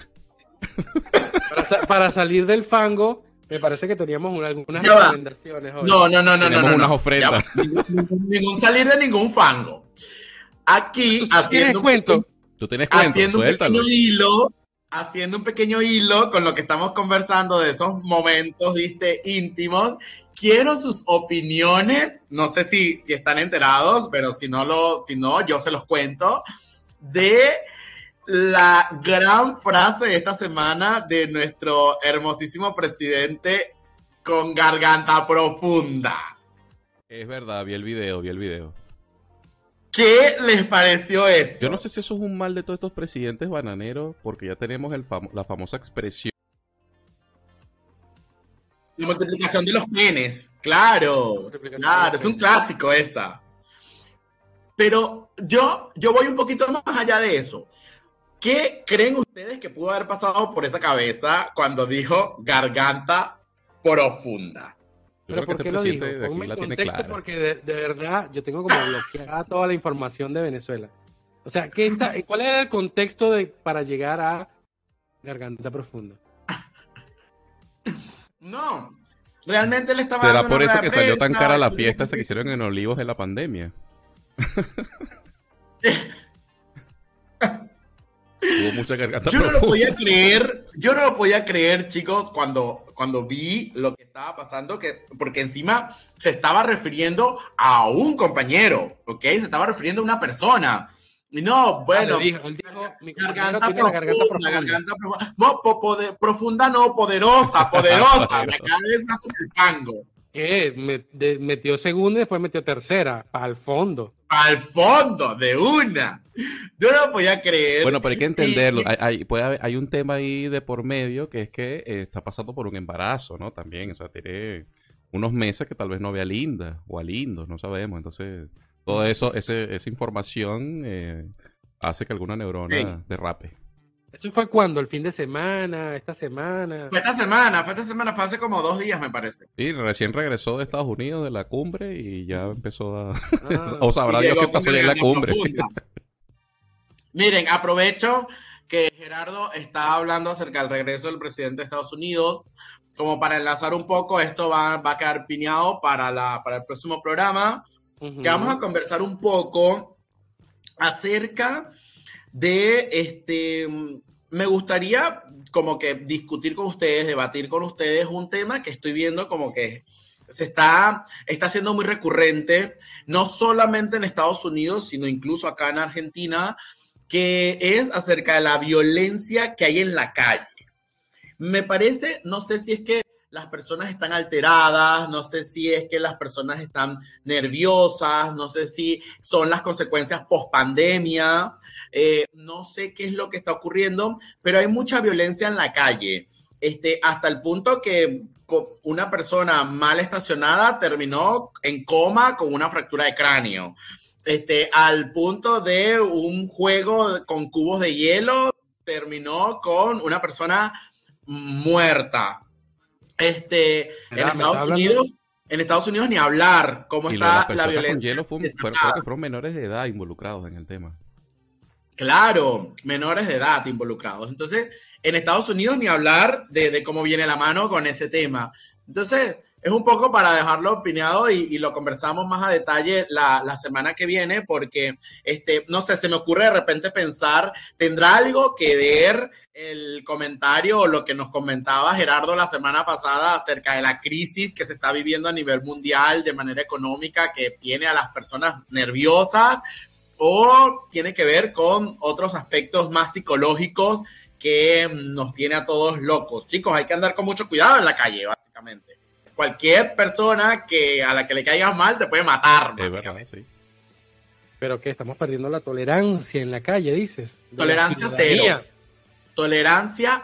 para, sa- para salir del fango, me parece que teníamos una- algunas Ya va. recomendaciones hoy. No, no, no, no, no. Tenemos no, unas no. ofrendas. Ya va. Ningún, ningún salir de ningún fango. Aquí, ¿Tú tienes haciendo un cuento? pequeño- Tú tienes cuento, haciendo un suéltalo. pequeño hilo, haciendo un pequeño hilo con lo que estamos conversando de esos momentos, viste, íntimos. Quiero sus opiniones, no sé si, si están enterados, pero si no, lo, si no, yo se los cuento, de la gran frase de esta semana de nuestro hermosísimo presidente con garganta profunda. Es verdad, vi el video, vi el video. ¿Qué les pareció eso? Yo no sé si eso es un mal de todos estos presidentes bananeros, porque ya tenemos el famo la famosa expresión. La multiplicación de los penes, claro, Multiplicación claro, de los es un penes. clásico esa. Pero yo, yo voy un poquito más allá de eso. ¿Qué creen ustedes que pudo haber pasado por esa cabeza cuando dijo garganta profunda? Yo Pero creo ¿por que qué este lo dijo? presidente de aquí Ponme en la tiene contexto clara. porque de, de verdad yo tengo como bloqueada toda la información de Venezuela. O sea, ¿qué está- ¿cuál era el contexto de, para llegar a Garganta Profunda? No, realmente le estaba ¿Será dando por una eso rueda que de salió tan prensa, cara la sí, fiesta sí, se que sí, hicieron en Olivos en la pandemia? Hubo mucha garganta Yo no lo profunda. podía creer, yo no lo podía creer, chicos, cuando, cuando vi lo que estaba pasando, que, porque encima se estaba refiriendo a un compañero, ¿ok? Se estaba refiriendo a una persona. Y no, bueno, Ah, le dijo- él dijo, mi compañero garganta tiene la garganta profunda, profunda. garganta profunda. No, po- pode- profunda no, poderosa, poderosa. Poderosa. Cada vez más en el tango. ¿Qué? Me- de- metió segunda y después metió tercera, al fondo. Al fondo, de una. Yo no lo podía creer. Bueno, pero hay que Y- entenderlo. y- Hay, hay- puede haber- hay un tema ahí de por medio que es que eh, está pasando por un embarazo, ¿no? También, o sea, tiene unos meses que tal vez no vea linda o a lindo, no sabemos. Entonces, todo eso, ese, esa información eh, hace que alguna neurona Sí. derrape. ¿Eso fue cuando? ¿El fin de semana? ¿Esta semana? Fue esta semana, fue esta semana, fue hace como dos días, me parece. Sí, recién regresó de Estados Unidos de la cumbre y ya empezó a... Ah, o sabrá Y Dios llegó qué con pasó ya en la garganta cumbre. profunda. Miren, aprovecho que Gerardo está hablando acerca del regreso del presidente de Estados Unidos. Como para enlazar un poco, esto va, va a quedar piñado para, la, para el próximo programa, ujú. que vamos a conversar un poco acerca de, este, me gustaría como que discutir con ustedes, debatir con ustedes un tema que estoy viendo como que se está, está siendo muy recurrente, no solamente en Estados Unidos, sino incluso acá en Argentina, que es acerca de la violencia que hay en la calle. Me parece, no sé si es que las personas están alteradas, no sé si es que las personas están nerviosas, no sé si son las consecuencias post-pandemia, eh, no sé qué es lo que está ocurriendo, pero hay mucha violencia en la calle, este, hasta el punto que una persona mal estacionada terminó en coma con una fractura de cráneo. Este, al punto de un juego con cubos de hielo terminó con una persona muerta. Este, Mira, en me Estados está hablando- Unidos, en Estados Unidos ni hablar cómo Y lo de las está la personas con violencia. hielo fue un- fueron- creo desatada. que fueron menores de edad involucrados en el tema. Claro, menores de edad involucrados. Entonces, en Estados Unidos ni hablar de, de cómo viene la mano con ese tema. Entonces, es un poco para dejarlo opinado y, y lo conversamos más a detalle la, la semana que viene, porque, este, no sé, se me ocurre de repente pensar, ¿tendrá algo que ver el comentario o lo que nos comentaba Gerardo la semana pasada acerca de la crisis que se está viviendo a nivel mundial de manera económica, que tiene a las personas nerviosas? ¿O tiene que ver con otros aspectos más psicológicos que nos tiene a todos locos? Chicos, hay que andar con mucho cuidado en la calle, básicamente. Cualquier persona que a la que le caigas mal te puede matar, Es básicamente. verdad, sí. Pero que estamos perdiendo la tolerancia en la calle, dices. De la Tolerancia ciudadanía. cero. Tolerancia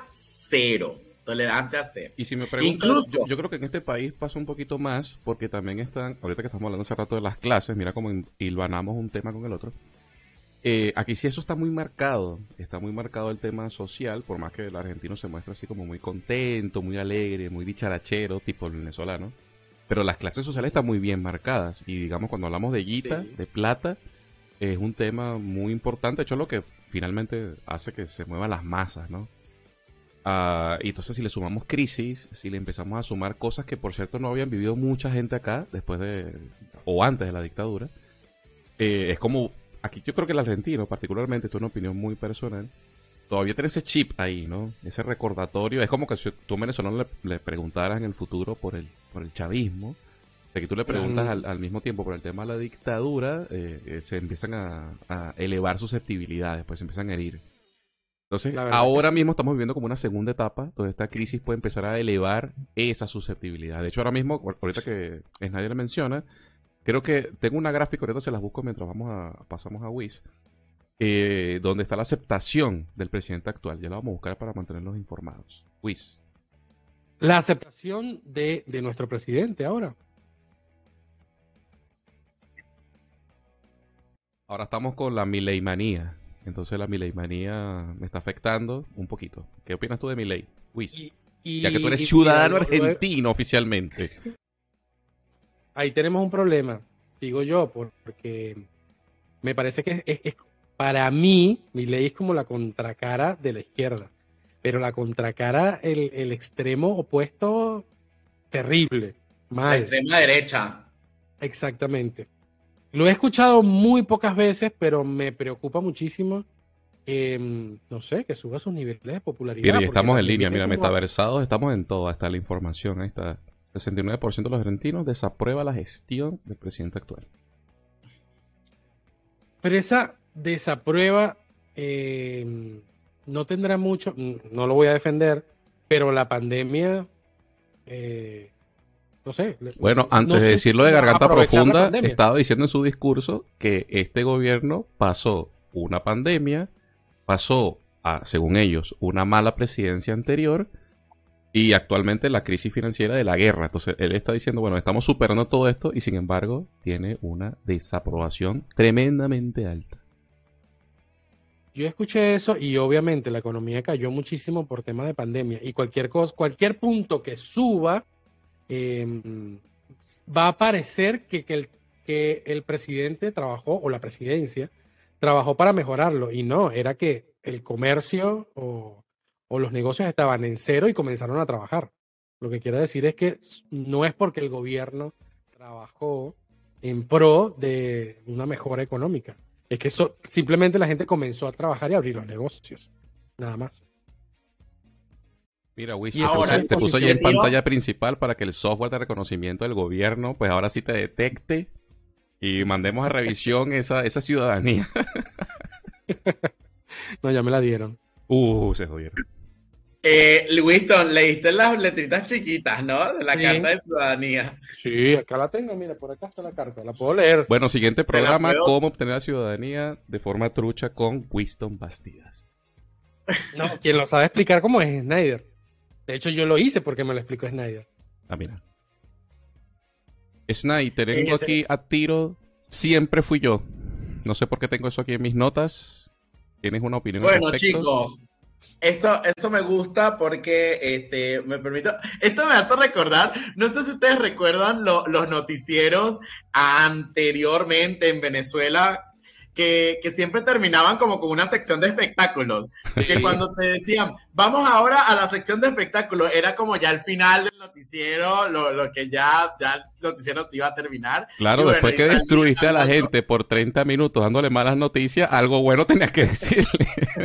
cero. Tolerancia cero. Y si me preguntan, Incluso, yo, yo creo que en este país pasa un poquito más, porque también están, ahorita que estamos hablando hace rato de las clases, mira cómo en- hilvanamos un tema con el otro. Eh, aquí sí eso está muy marcado, está muy marcado el tema social, por más que el argentino se muestra así como muy contento, muy alegre, muy dicharachero, tipo el venezolano. Pero las clases sociales están muy bien marcadas. Y digamos, cuando hablamos de guita, Sí. de plata, es un tema muy importante. De hecho, es lo que finalmente hace que se muevan las masas, ¿no? Ah, y entonces, si le sumamos crisis, si le empezamos a sumar cosas que, por cierto, no habían vivido mucha gente acá, después de, o antes de la dictadura, eh, es como, aquí yo creo que el argentino, particularmente, esto es una opinión muy personal, todavía tiene ese chip ahí, ¿no? Ese recordatorio. Es como que si tú a un venezolano le, le preguntaras en el futuro por el, por el chavismo, de que tú le preguntas Ujú. al, al mismo tiempo por el tema de la dictadura, eh, eh, se empiezan a, a elevar susceptibilidades, pues se empiezan a herir. Entonces, La verdad que ahora sí. mismo estamos viviendo como una segunda etapa, donde esta crisis puede empezar a elevar esa susceptibilidad. De hecho, ahora mismo, ahor- ahorita que Snyder menciona, creo que tengo una gráfica, ahorita se las busco mientras vamos a, pasamos a Wiz, eh, donde está la aceptación del presidente actual. Ya la vamos a buscar para mantenerlos informados. Wiz. La aceptación de, de nuestro presidente ahora. Ahora estamos con la mileimanía. Entonces la mileimanía me está afectando un poquito. ¿Qué opinas tú de Milei? Wiz. Y, y- Ya que tú eres y ciudadano mira, lo- lo- argentino oficialmente. ahí tenemos un problema, digo yo, porque me parece que es, es- es- para mí, mi ley es como la contracara de la izquierda, pero la contracara, el, el extremo opuesto, terrible, la mal, extrema derecha. exactamente. Lo he escuchado muy pocas veces, pero me preocupa muchísimo, eh, no sé, que suba sus niveles de popularidad. Mira, y porque estamos en también línea. viene Mira, como a- metaversados, estamos en todo. Está la información. Ahí está. sesenta y nueve por ciento de los argentinos desaprueba la gestión del presidente actual. Pero esa desaprueba eh, no tendrá mucho, mm, no lo voy a defender, pero la pandemia, eh, no sé. le- Bueno, no antes de supo decirlo de cómo Garganta aprovechar la Profunda, pandemia. estaba diciendo en su discurso que este gobierno pasó una pandemia, pasó a, según ellos, una mala presidencia anterior y actualmente la crisis financiera de la guerra. Entonces, él está diciendo, bueno, estamos superando todo esto y sin embargo tiene una desaprobación tremendamente alta. Yo escuché eso y obviamente la economía cayó muchísimo por temas de pandemia y cualquier cosa, cualquier punto que suba, eh, va a parecer que, que el, que el presidente trabajó o la presidencia trabajó para mejorarlo y no, era que el comercio o, o los negocios estaban en cero y comenzaron a trabajar. Lo que quiero decir es que no es porque el gobierno trabajó en pro de una mejora económica. Es que eso, simplemente la gente comenzó a trabajar y a abrir los negocios. Nada más. Mira, Wish, Y te eso Ahora, puse, te puse allí yo en digo- pantalla principal para que el software de reconocimiento del gobierno, pues ahora sí te detecte y mandemos a revisión esa, esa ciudadanía. No, ya me la dieron. Uh, se jodieron. Eh, Winston, leíste las letritas chiquitas, ¿no? De la Sí. Carta de Ciudadanía. Sí, acá la tengo, mira, por acá está la carta, la puedo leer. Bueno, siguiente la programa, puedo- cómo obtener la ciudadanía de forma trucha con Winston Bastidas. No, quien lo sabe explicar cómo es Snyder. De hecho, yo lo hice porque me lo explicó Snyder. Ah, mira. Snai, te tengo En ese- aquí a tiro. Siempre fui yo. No sé por qué tengo eso aquí en mis notas. ¿Tienes una opinión al Bueno, respecto? chicos, eso, eso me gusta porque este, me permito. Esto me hace recordar, no sé si ustedes recuerdan lo- los noticieros anteriormente en Venezuela. Que, que siempre terminaban como con una sección de espectáculos. Que Sí. cuando te decían, vamos ahora a la sección de espectáculos, era como ya el final del noticiero, lo, lo que ya, ya el noticiero te iba a terminar. Claro, Y bueno, después y que salía destruiste a la hablando- gente por treinta minutos dándole malas noticias, algo bueno tenías que decirle.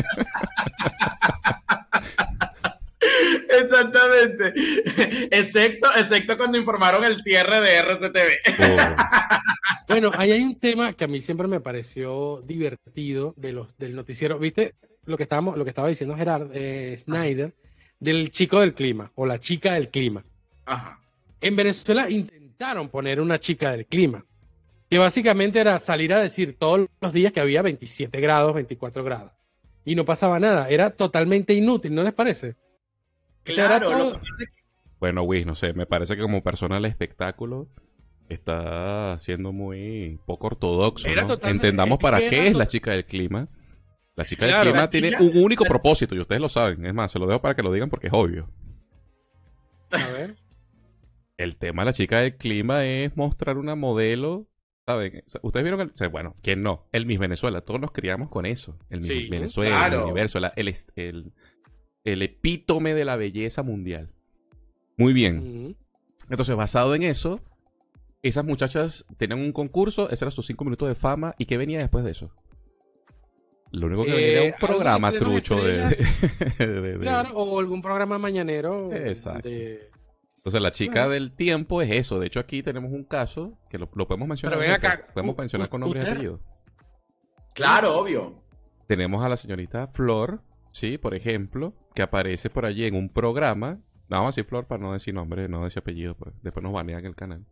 Exactamente. Excepto, excepto cuando informaron el cierre de R C T V. Oh. Bueno, ahí hay un tema que a mí siempre me pareció divertido de los, del noticiero. ¿Viste lo que estábamos, lo que estaba diciendo Gerard eh, Snyder del chico del clima o la chica del clima? Ajá. En Venezuela intentaron poner una chica del clima, que básicamente era salir a decir todos los días que había veintisiete grados, veinticuatro grados, y no pasaba nada. Era totalmente inútil, ¿no les parece? Claro, lo todo. que pasa es que- Bueno, Wiz, no sé, me parece que como persona del espectáculo está siendo muy poco ortodoxo, Era ¿no? totalmente- Entendamos es para que qué era es to- la chica del clima. La chica Claro. del clima La tiene chica- un único propósito y ustedes lo saben. Es más, se lo dejo para que lo digan porque es obvio. A ver. El tema de la chica del clima es mostrar una modelo, ¿saben? Ustedes vieron, el, o sea, bueno, ¿quién no? El Miss Venezuela, todos nos criamos con eso. El Miss Sí, Venezuela, claro. el universo, la- el, est- el, el epítome de la belleza mundial. Muy bien. Ujú. Entonces, basado en eso, esas muchachas tenían un concurso, ese era sus cinco minutos de fama, ¿y qué venía después de eso? Lo único que Eh, venía era un algo de programa Estrenos trucho de... Estrellas. de- de- de- Claro, o algún programa mañanero. Exacto. de- Entonces, la chica Claro. del tiempo es eso. De hecho, aquí tenemos un caso que lo, lo podemos mencionar. Pero ven ¿no? acá, Podemos u- mencionar u- con nombres y usted- apellidos. Claro, obvio. Tenemos a la señorita Flor, sí, por ejemplo, que aparece por allí en un programa. Vamos a decir Flor para no decir nombre, no decir apellido, pues después nos banean el canal.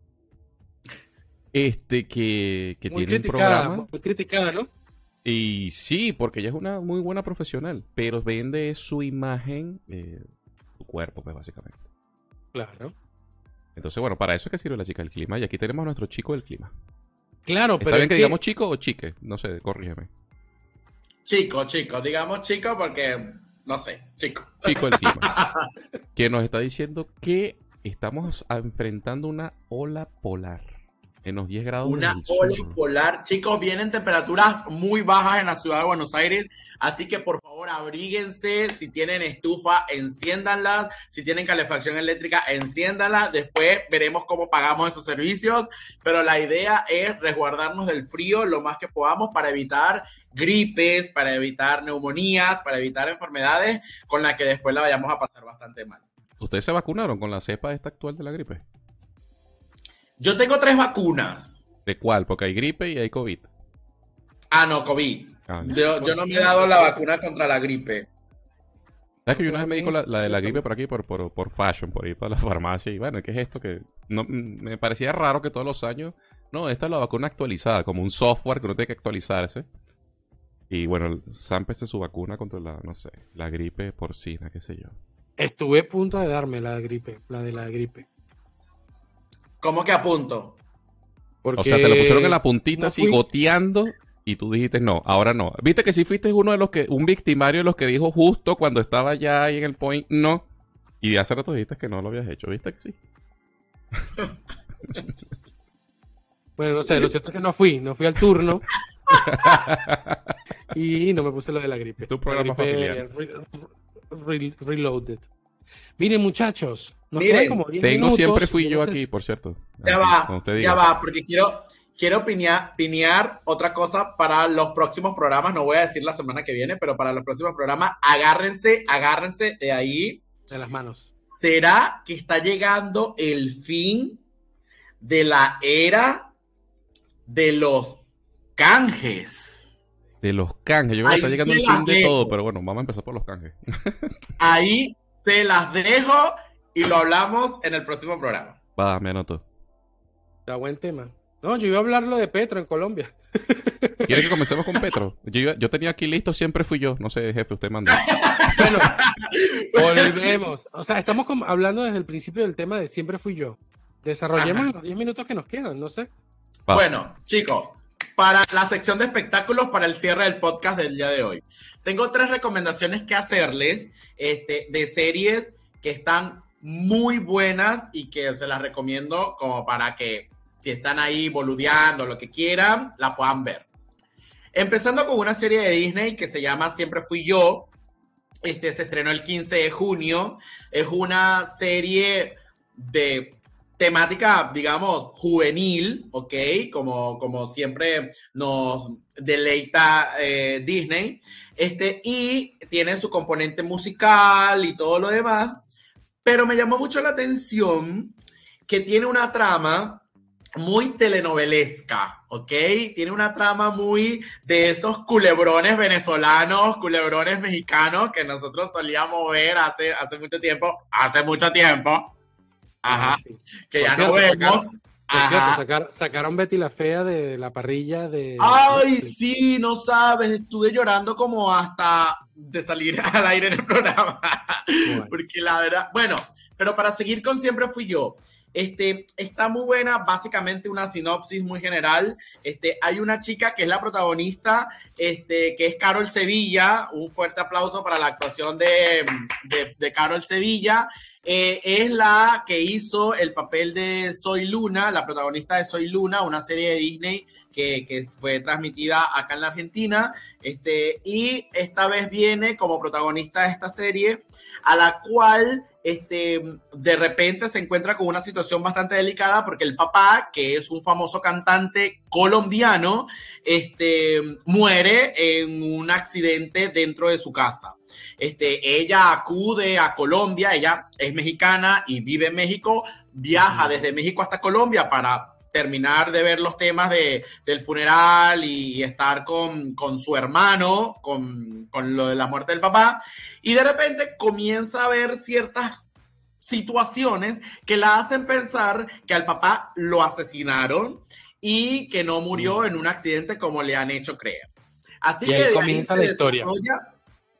Este que, que Muy tiene un criticada, programa. muy criticada, ¿no? Y sí, porque ella es una muy buena profesional, pero vende su imagen, eh, su cuerpo, pues básicamente. Claro. Entonces, bueno, para eso es que sirve la chica del clima. Y aquí tenemos a nuestro chico del clima. Claro, ¿Está pero bien es que que- digamos chico o chique? No sé, corrígeme. Chico, chico, digamos chico porque, no sé, chico. Chico del clima. Que nos está diciendo que estamos a- enfrentando una ola polar. En los diez grados Una del ola sur. polar. Chicos, vienen temperaturas muy bajas en la ciudad de Buenos Aires, así que por favor abríguense. Si tienen estufa, enciéndanlas. Si tienen calefacción eléctrica, enciéndanla. Después veremos cómo pagamos esos servicios, pero la idea es resguardarnos del frío lo más que podamos para evitar gripes, para evitar neumonías, para evitar enfermedades con las que después la vayamos a pasar bastante mal. ¿Ustedes se vacunaron con la cepa esta actual de la gripe? Yo tengo tres vacunas. ¿De cuál? Porque hay gripe y hay COVID. Ah, no, COVID. Ah, Yo, yo no me he dado la vacuna contra la gripe. ¿Sabes que yo una vez me dijo la, la de la gripe por aquí, por, por, por fashion, por ir para la farmacia? Y bueno, ¿qué es esto? Que no, mm, me parecía raro que todos los años... No, esta es la vacuna actualizada, como un software que no tiene que actualizarse. Y bueno, zámpese su vacuna contra la, no sé, la gripe porcina, qué sé yo. Estuve a punto de darme la gripe, la de la gripe. ¿Cómo que apunto? Porque O sea, te lo pusieron en la puntita no así, fui- goteando, y tú dijiste no, ahora no. Viste que sí fuiste uno de los que, un victimario de los que dijo justo cuando estaba ya ahí en el point, no. Y de hace rato dijiste que no lo habías hecho, ¿viste que sí? Bueno, no sé, lo cierto es que no fui, no fui al turno. Y no me puse lo de la gripe. Tu programa La gripe familiar. re- re- reloaded. Miren, muchachos, nos Miren, quedan como diez Tengo minutos. siempre fui yo Vamos a aquí, hacer- por cierto. Ya Aquí, va, cuando usted ya diga. va, porque quiero, quiero piñar, piñar otra cosa para los próximos programas. No voy a decir la semana que viene, pero para los próximos programas, agárrense, agárrense de ahí. De las manos. ¿Será que está llegando el fin de la era de los canjes? De los canjes, yo creo que Ahí está llegando sí el las fin de dejo. todo, pero bueno, vamos a empezar por los canjes. Ahí se las dejo y lo hablamos en el próximo programa. Va, me anoto. Está buen tema. No, yo iba a hablar lo de Petro en Colombia. ¿Quiere que comencemos con Petro? Yo, iba- yo tenía aquí listo, siempre fui yo. No sé, jefe, usted manda. Bueno, volvemos. O sea, estamos como hablando desde el principio del tema de siempre fui yo. Desarrollemos Ajá. en los diez minutos que nos quedan, no sé. Va. Bueno, chicos, para la sección de espectáculos, para el cierre del podcast del día de hoy, tengo tres recomendaciones que hacerles este, de series que están muy buenas y que se las recomiendo como para que si están ahí boludeando, lo que quieran, la puedan ver. Empezando con una serie de Disney que se llama Siempre Fui Yo. Este se estrenó el quince de junio. Es una serie de temática, digamos, juvenil, ¿ok? Como, como siempre nos deleita eh, Disney. Este, y tiene su componente musical y todo lo demás. Pero me llamó mucho la atención que tiene una trama muy telenovelesca, ¿ok? Tiene una trama muy de esos culebrones venezolanos, culebrones mexicanos que nosotros solíamos ver hace, hace mucho tiempo, hace mucho tiempo, ajá, Sí. que Por ya cierto, no vemos, sacaron- Por cierto, Ajá. sacar, sacaron Betty la Fea de la parrilla de Ay, Netflix. sí, no sabes, estuve llorando como hasta de salir al aire en el programa. Bueno. Porque la verdad, bueno, pero para seguir con Siempre Fui Yo, este, está muy buena, básicamente una sinopsis muy general. Este, hay una chica que es la protagonista, este, que es Carol Sevilla. Un fuerte aplauso para la actuación de, de, de Carol Sevilla. Eh, es la que hizo el papel de Soy Luna, la protagonista de Soy Luna, una serie de Disney que, que fue transmitida acá en la Argentina, este, y esta vez viene como protagonista de esta serie, a la cual este, de repente se encuentra con una situación bastante delicada porque el papá, que es un famoso cantante colombiano, este, muere en un accidente dentro de su casa. Este, ella acude a Colombia, ella es mexicana y vive en México, viaja desde México hasta Colombia para terminar de ver los temas de, del funeral y, y estar con, con su hermano, con, con lo de la muerte del papá, y de repente comienza a ver ciertas situaciones que la hacen pensar que al papá lo asesinaron y que no murió en un accidente como le han hecho creer. Así Y que ahí de comienza ahí la se historia. desarrolla.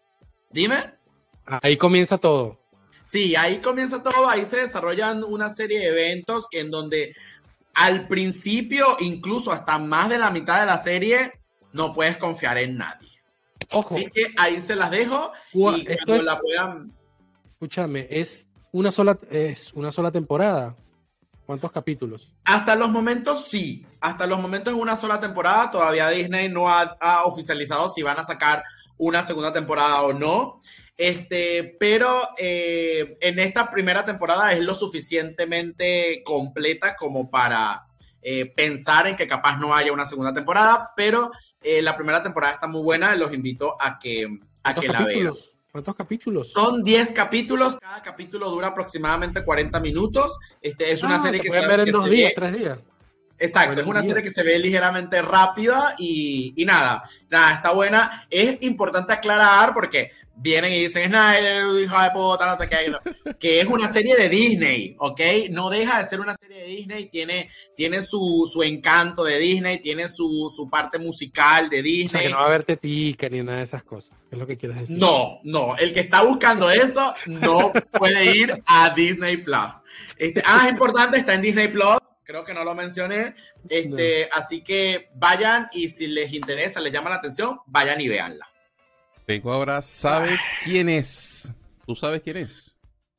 Dime. Ahí comienza todo. Sí, ahí comienza todo, ahí se desarrollan una serie de eventos que en donde al principio, incluso hasta más de la mitad de la serie, no puedes confiar en nadie. Ojo, Así que ahí se las dejo Gua- y esto cuando es- la puedan... escúchame, es una sola, es una sola temporada. ¿Cuántos capítulos? Hasta los momentos sí, hasta los momentos es una sola temporada, todavía Disney no ha, ha oficializado si van a sacar una segunda temporada o no, este, pero eh, en esta primera temporada es lo suficientemente completa como para eh, pensar en que capaz no haya una segunda temporada, pero eh, la primera temporada está muy buena, los invito a que, a ¿Cuántos que la vean. capítulos? ¿Cuántos capítulos? Son diez capítulos, cada capítulo dura aproximadamente cuarenta minutos. Este, es una Ah, serie se que pueden se, ver en que dos se días, ve, tres días. exacto, Bueno, es una un día. serie que se ve ligeramente rápida y, y nada, nada, está buena. Es importante aclarar porque vienen y dicen, Snyder, hija de puta, no sé qué, no", que es una serie de Disney, ¿ok? No deja de ser una serie de Disney, tiene, tiene su, su encanto de Disney, tiene su, su parte musical de O sea, que Disney. no va a haber tetica ni nada de esas cosas. ¿Qué es lo que quieres decir? No, no, el que está buscando eso no puede ir a Disney Plus. Este, ah, es importante, está en Disney Plus, creo que no lo mencioné. Este, así que vayan y si les interesa, les llama la atención, vayan y véanla. Tengo ahora, ¿sabes quién es? ¿Tú sabes quién es?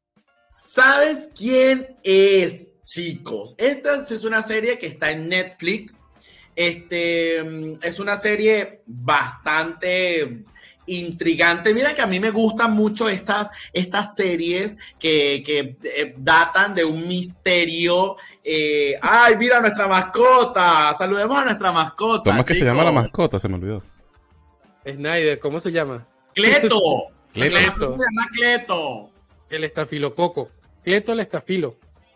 ¿Sabes quién es, chicos? Esta es una serie que está en Netflix. Este, es una serie bastante intrigante. Mira que a mí me gustan mucho estas, estas series que, que eh, datan de un misterio. Eh, ay, mira nuestra mascota. Saludemos a nuestra mascota. ¿Cómo es que se chicos. llama la mascota? Se me olvidó. Snyder, ¿cómo se llama? Cleto. Cleto. La mascota se llama Cleto. El estafilococo. Cleto el estafilo.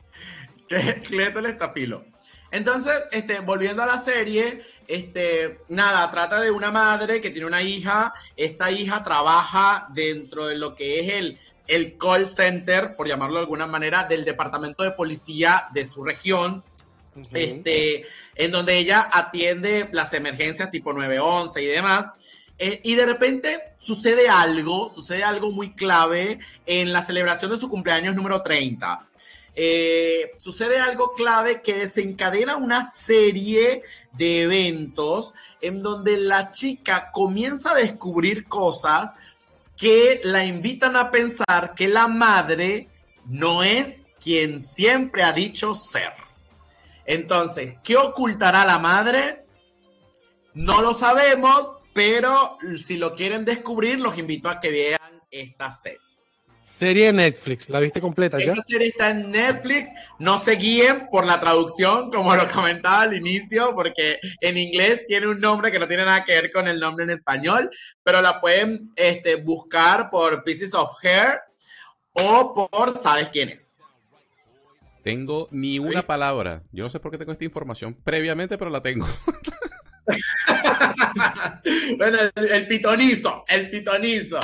Cleto el estafilo. Entonces, este, volviendo a la serie, este, nada, trata de una madre que tiene una hija. Esta hija trabaja dentro de lo que es el, el call center, por llamarlo de alguna manera, del departamento de policía de su región. Uh-huh. Este, en donde ella atiende las emergencias tipo nueve once y demás. Eh, y de repente sucede algo, sucede algo muy clave en la celebración de su cumpleaños número treinta. Eh, sucede algo clave que desencadena una serie de eventos en donde la chica comienza a descubrir cosas que la invitan a pensar que la madre no es quien siempre ha dicho ser. Entonces, ¿qué ocultará la madre? No lo sabemos, pero si lo quieren descubrir, los invito a que vean esta serie. Serie de Netflix, ¿la viste completa ya? Esta serie está en Netflix, no se guíen por la traducción, como lo comentaba al inicio, porque en inglés tiene un nombre que no tiene nada que ver con el nombre en español, pero la pueden este, buscar por Pieces of Hair o por ¿sabes quién es? Tengo ni una palabra. Yo no sé por qué tengo esta información previamente, pero la tengo. Bueno, el, el pitonizo, el pitonizo.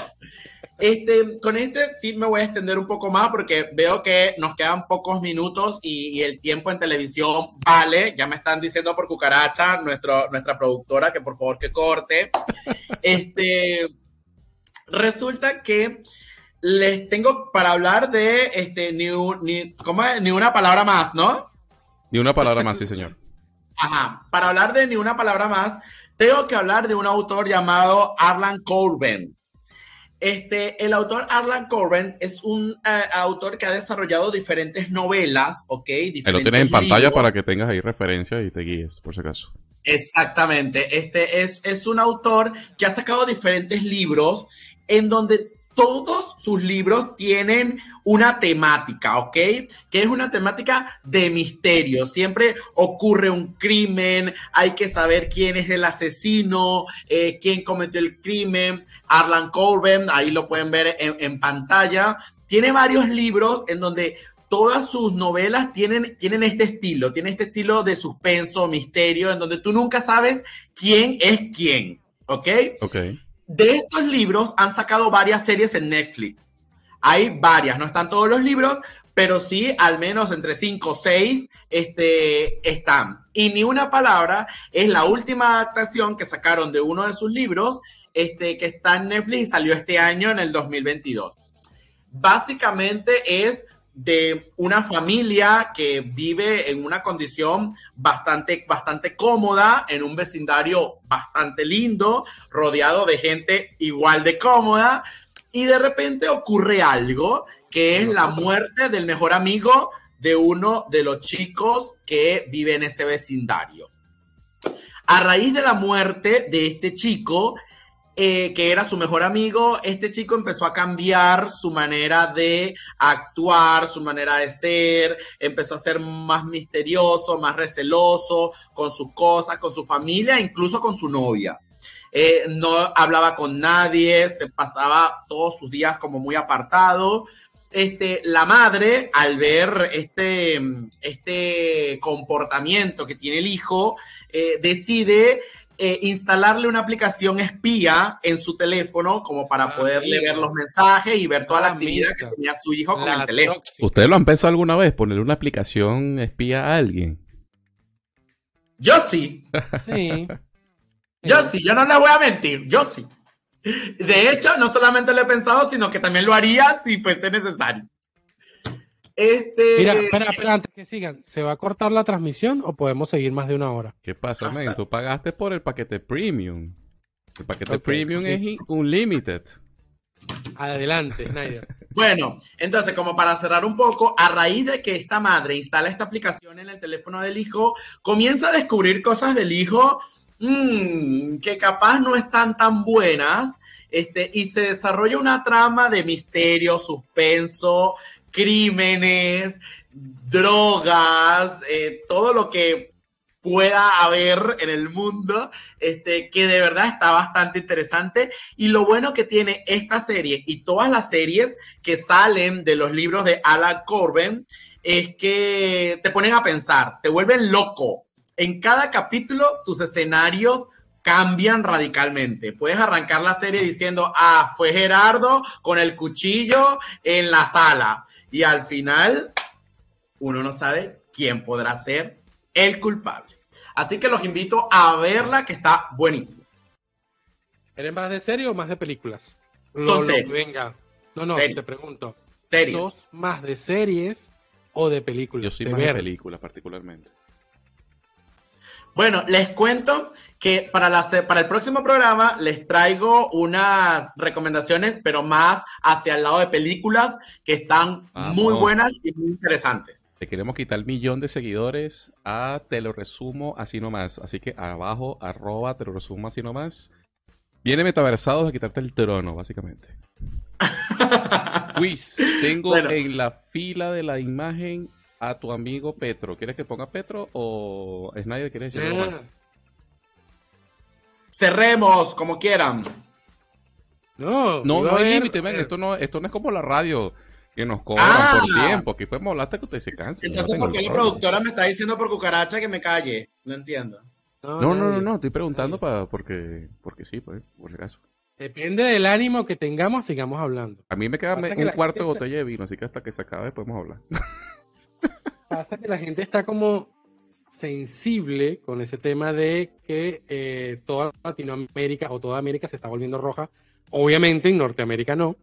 Este, con este sí me voy a extender un poco más porque veo que nos quedan pocos minutos y, y el tiempo en televisión vale. Ya me están diciendo por cucaracha, nuestro, nuestra productora, que por favor que corte. Este, resulta que les tengo para hablar de este, ni, ni, ¿cómo es? Ni una palabra más, ¿no? Ni una palabra más, sí, señor. Ajá, para hablar de ni una palabra más, tengo que hablar de un autor llamado Harlan Coben. Este, el autor Harlan Coben es un uh, autor que ha desarrollado diferentes novelas, ¿ok? Diferentes Ahí lo tienes en pantalla libros. para que tengas ahí referencia y te guíes, por si acaso. Exactamente. Este es, es un autor que ha sacado diferentes libros en donde todos sus libros tienen una temática, ¿ok? Que es una temática de misterio. Siempre ocurre un crimen, hay que saber quién es el asesino, eh, quién cometió el crimen. Harlan Coben, ahí lo pueden ver en, en pantalla. Tiene varios libros en donde todas sus novelas tienen, tienen este estilo, tiene este estilo de suspenso, misterio, en donde tú nunca sabes quién es quién, ¿ok? Ok. De estos libros han sacado varias series en Netflix. Hay varias, no están todos los libros, pero sí al menos entre cinco o seis este, están. Y Ni una palabra es la última adaptación que sacaron de uno de sus libros, este, que está en Netflix y salió este año en el dos mil veintidós. Básicamente es de una familia que vive en una condición bastante, bastante cómoda, en un vecindario bastante lindo, rodeado de gente igual de cómoda, y de repente ocurre algo, que es la muerte del mejor amigo de uno de los chicos que vive en ese vecindario. A raíz de la muerte de este chico, Eh, que era su mejor amigo, este chico empezó a cambiar su manera de actuar, su manera de ser, empezó a ser más misterioso, más receloso con sus cosas, con su familia, incluso con su novia. Eh, no hablaba con nadie, se pasaba todos sus días como muy apartado. Este, la madre, al ver este, este comportamiento que tiene el hijo, eh, decide Eh, instalarle una aplicación espía en su teléfono como para Ah, poderle amigo. ver los mensajes y ver toda Ah, la actividad amiga. que tenía su hijo con La el teléfono. tóxica. ¿Ustedes lo han pensado alguna vez? ¿Ponerle una aplicación espía a alguien? Yo sí, Sí. yo sí, yo no les voy a mentir, yo sí. De hecho, no solamente lo he pensado, sino que también lo haría si fuese necesario. Este, Mira, espera, espera, antes que sigan, ¿se va a cortar la transmisión o podemos seguir más de una hora? ¿Qué pasa, Hasta- men? Tú pagaste por el paquete premium. El paquete Ok, premium es listo. unlimited. Adelante, Snyder. Bueno, entonces, como para cerrar un poco, a raíz de que esta madre instala esta aplicación en el teléfono del hijo, comienza a descubrir cosas del hijo mmm, que capaz no están tan buenas, este, y se desarrolla una trama de misterio, suspenso, crímenes, drogas, eh, todo lo que pueda haber en el mundo, este, que de verdad está bastante interesante. Y lo bueno que tiene esta serie y todas las series que salen de los libros de Harlan Coben es que te ponen a pensar, te vuelven loco. En cada capítulo tus escenarios cambian radicalmente. Puedes arrancar la serie diciendo, ah, fue Gerardo con el cuchillo en la sala. Y al final, uno no sabe quién podrá ser el culpable. Así que los invito a verla, que está buenísima. ¿Eres más de serie o más de películas? Son Lo- lo- series. venga. No, no, Series. te pregunto. Series. ¿Sos más de series o de películas? Yo soy de más de ver. películas, particularmente. Bueno, les cuento que para, la, se- para el próximo programa les traigo unas recomendaciones, pero más hacia el lado de películas que están Vamos. muy buenas y muy interesantes. Le queremos quitar el millón de seguidores a Te lo resumo así nomás. Así que abajo, arroba, te lo resumo así nomás. Viene Metaversados a quitarte el trono, básicamente. Luis, tengo Bueno. en la fila de la imagen a tu amigo Petro. ¿Quieres que ponga Petro o Snyder quieres decir algo Ah. más? Cerremos como quieran. No, No, iba no a hay ver- límite, ven. Esto no, esto no es como la radio que nos cobran Ah. por tiempo. Aquí podemos hablar hasta que usted se canse. yo no Entonces, tengo ¿por qué el la problema. productora me está diciendo por cucaracha que me calle? No entiendo. No, No, no, no, nadie. no, estoy preguntando Nadie. para porque, porque sí, pues, por si acaso. Depende del ánimo que tengamos, sigamos hablando. A mí me queda me- Pasa que un la cuarto de gente está, botella de vino, así que hasta que se acabe podemos hablar. pasa que la gente está como sensible con ese tema de que eh, toda Latinoamérica o toda América se está volviendo roja. Obviamente en Norteamérica no,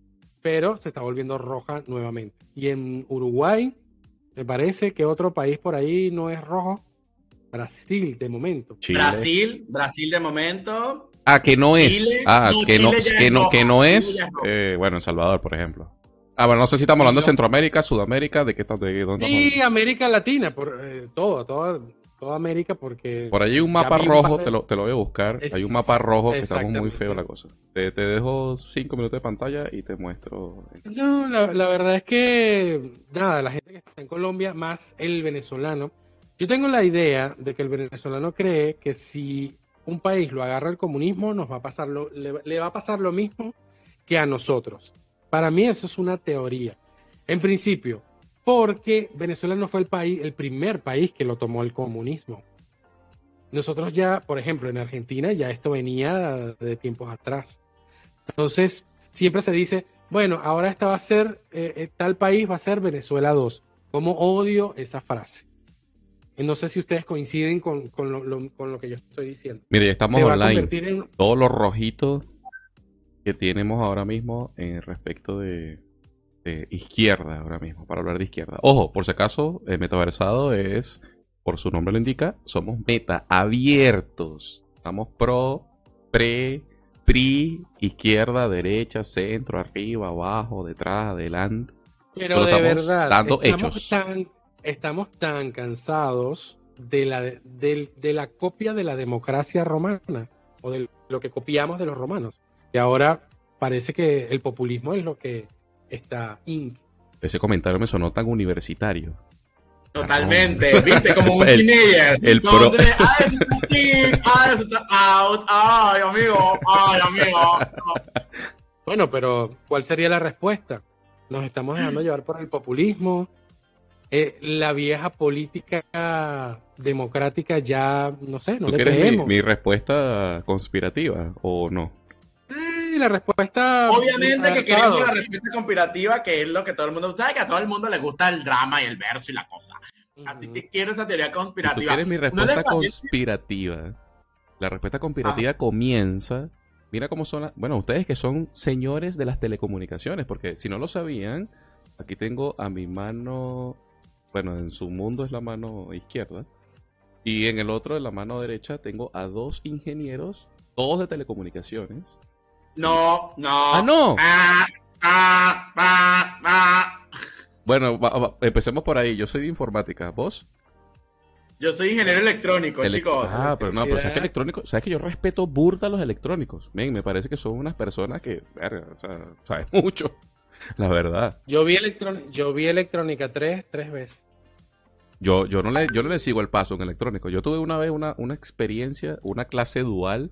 pero se está volviendo roja nuevamente. Y en Uruguay, me parece que otro país por ahí no es rojo. Brasil, de momento. Chile. Brasil, Brasil de momento. Ah, que no es. Chile, Ah, no, que no, Chile ya que es no, roja, que no Chile es. ya es roja. eh, bueno, en Salvador, por ejemplo. Ah, bueno, no sé si estamos Y hablando de los- Centroamérica, Sudamérica, de qué está- de dónde estamos Y hablando. América Latina, por eh, todo, toda, toda América, porque Por ahí hay un ya mapa vi un par rojo, de- te lo, te lo voy a buscar. Es- Hay un mapa rojo que estamos muy exactamente. feo la cosa. Te, te dejo cinco minutos de pantalla y te muestro. No, la, la verdad es que, nada, la gente que está en Colombia, más el venezolano, yo tengo la idea de que el venezolano cree que si un país lo agarra el comunismo, nos va a pasar lo, le, le va a pasar lo mismo que a nosotros. Para mí eso es una teoría. En principio, porque Venezuela no fue el país, el primer país que lo tomó el comunismo. Nosotros ya, por ejemplo, en Argentina ya esto venía de tiempos atrás. Entonces, siempre se dice, bueno, ahora esta va a ser, eh, eh, tal país va a ser Venezuela dos. Como odio esa frase. Y no sé si ustedes coinciden con, con lo, lo- con lo que yo estoy diciendo. Mire, ya estamos Se va a online. convertir en... Todos los rojitos que tenemos ahora mismo en respecto de, de izquierda, ahora mismo, para hablar de izquierda. Ojo, por si acaso, el metaversado es, por su nombre lo indica, somos meta abiertos. Estamos pro, pre, pri, izquierda, derecha, centro, arriba, abajo, detrás, adelante. Pero Solo de estamos verdad, dando estamos hechos. tan, estamos tan cansados de la, de, de la copia de la democracia romana o de lo que copiamos de los romanos. Y ahora parece que el populismo es lo que está in. Ese comentario me sonó tan universitario. Totalmente, viste, como un El- teenager. el Como pro- un teenager, ay, eso está in, ay, eso está out, ay, amigo, ay, amigo. Bueno, pero ¿cuál sería la respuesta? Nos estamos dejando llevar por el populismo. Eh, la vieja política democrática ya, no sé, no ¿Tú le quieres mi, creemos. mi respuesta conspirativa o no? Eh, la respuesta... Obviamente que Avanzado. queremos la respuesta conspirativa, que es lo que todo el mundo sabe, que a todo el mundo le gusta el drama y el verso y la cosa. Así Ujú. que quiero esa teoría Si tú conspirativa. quieres mi ¿No les respuesta parece? conspirativa, la respuesta conspirativa comienza. Mira cómo son las. Bueno, ustedes que son señores de las telecomunicaciones, porque si no lo sabían, aquí tengo a mi mano. Bueno, en su mundo es la mano izquierda. Y en el otro, de la mano derecha, tengo a dos ingenieros, todos de telecomunicaciones. No, no. ¡Ah, no! Ah, ah, ah, ah. Bueno, va- va- empecemos por ahí. Yo soy de informática. ¿Vos? Yo soy ingeniero electrónico, Elec- chicos. Ah, pero no, pero sabes que Electricidad. electrónico, sabes que yo respeto burda a los electrónicos. Men, me parece que son unas personas que, verga, o sea, saben mucho, la verdad. Yo vi, electrón- yo vi Electrónica tres, tres veces. Yo, yo no le, yo no le sigo el paso en electrónico. Yo tuve una vez una, una experiencia, una clase dual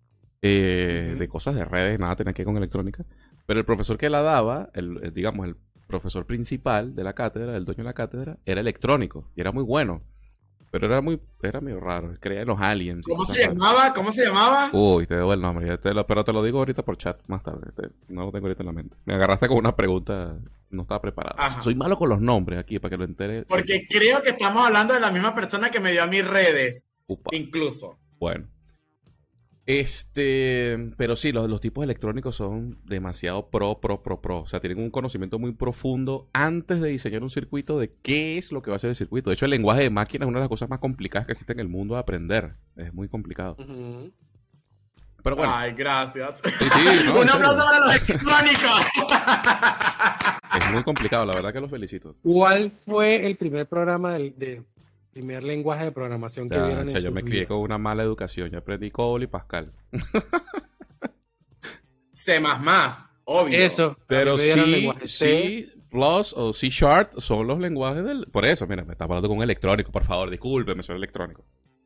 eh, Ujú. de cosas de redes, nada tenía que ver con electrónica. Pero el profesor que la daba, el, el, digamos, el profesor principal de la cátedra, el dueño de la cátedra, era electrónico y era muy bueno. Pero era muy, era medio raro, creía en los aliens. y ¿Cómo cosas se raras. llamaba? ¿Cómo se llamaba? Uy, te debo el nombre, ya te lo- pero te lo digo ahorita por chat más tarde. te- no lo tengo ahorita en la mente. Me agarraste con una pregunta, no estaba preparado. Ajá. Soy malo con los nombres aquí, para que lo entere. Porque creo que estamos hablando de la misma persona que me dio a mis redes. Upa. Incluso. Bueno. Este, pero sí, los, los tipos electrónicos son demasiado pro, pro, pro, pro. O sea, tienen un conocimiento muy profundo antes de diseñar un circuito de qué es lo que va a ser el circuito. De hecho, el lenguaje de máquina es una de las cosas más complicadas que existe en el mundo de aprender. Es muy complicado. Ujú. Pero bueno, Ay, gracias. sí, sí, no, en Un serio. aplauso para los electrónicos. Es muy complicado, la verdad que los felicito. ¿Cuál fue el primer programa del de primer lenguaje de programación que Ya, vieron en cha, yo sus me crié vidas? con una mala educación. Yo aprendí COBOL y Pascal. C++, obvio. Eso. a Pero mí me dieron sí, lenguaje C. sí, Plus o C Sharp son los lenguajes del... Por eso, mira, me está hablando con un electrónico, por favor, discúlpeme, soy electrónico.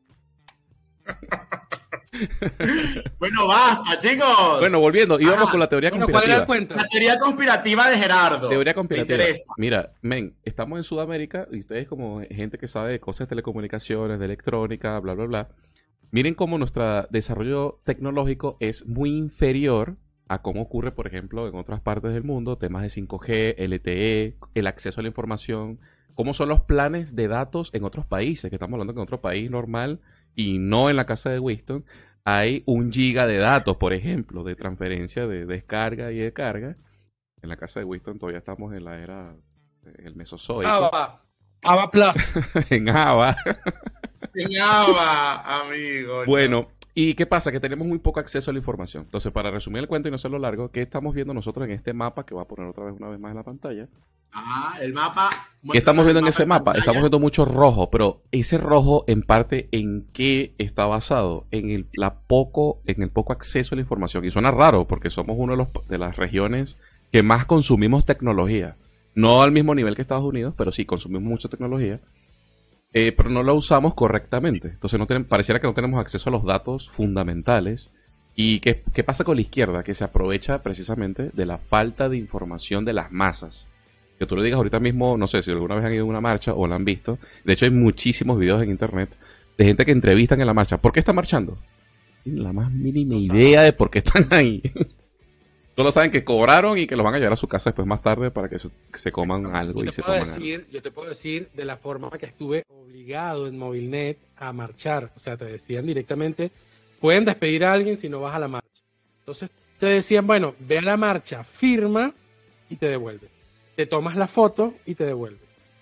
Bueno, basta, chicos. Bueno, volviendo, íbamos Ajá. con la teoría Bueno, ¿cuál era el conspirativa. cuento? La teoría conspirativa de Gerardo. Teoría Me conspirativa. interesa. Mira, men, estamos en Sudamérica y ustedes como gente que sabe de cosas de telecomunicaciones, de electrónica, bla, bla, bla, Miren cómo nuestro desarrollo tecnológico es muy inferior a cómo ocurre, por ejemplo, en otras partes del mundo, temas de cinco G, L T E, el acceso a la información, cómo son los planes de datos en otros países, que estamos hablando que en otro país normal y no en la casa de Winston, hay un giga de datos, por ejemplo, de transferencia, de descarga y de carga. En la casa de Winston todavía estamos en la era, en el Mesozoico, Ava, Ava Plus. en Java. Enseñaba, amigo. no. Bueno, ¿y qué pasa? Que tenemos muy poco acceso a la información. Entonces, para resumir el cuento y no hacerlo largo, ¿qué estamos viendo nosotros en este mapa que voy a poner otra vez una vez más en la pantalla? Ah, el mapa. ¿Qué estamos viendo en ese en mapa? pantalla. Estamos viendo mucho rojo, pero ese rojo en parte ¿en qué está basado? En el, la poco, en el poco acceso a la información. Y suena raro porque somos una de, los, de las regiones que más consumimos tecnología. No al mismo nivel que Estados Unidos, pero sí consumimos mucha tecnología. Eh, pero no la usamos correctamente. Entonces no tenemos, pareciera que no tenemos acceso a los datos fundamentales. ¿Y qué, qué pasa con la izquierda? Que se aprovecha precisamente de la falta de información de las masas. Que tú le digas ahorita mismo, no sé si alguna vez han ido a una marcha o la han visto. De hecho hay muchísimos videos en internet de gente que entrevistan en la marcha. ¿Por qué están marchando? No tienen la más mínima No idea de por qué están ahí. Solo saben que cobraron y que los van a llevar a su casa después más tarde para que se, que se coman algo Yo y te, se puedo toman algo. decir, yo te puedo decir de la forma que estuve obligado en Movilnet a marchar. O sea, te decían directamente, pueden despedir a alguien si no vas a la marcha. Entonces te decían, bueno, ve a la marcha, firma y te devuelves. Te tomas la foto y te devuelves.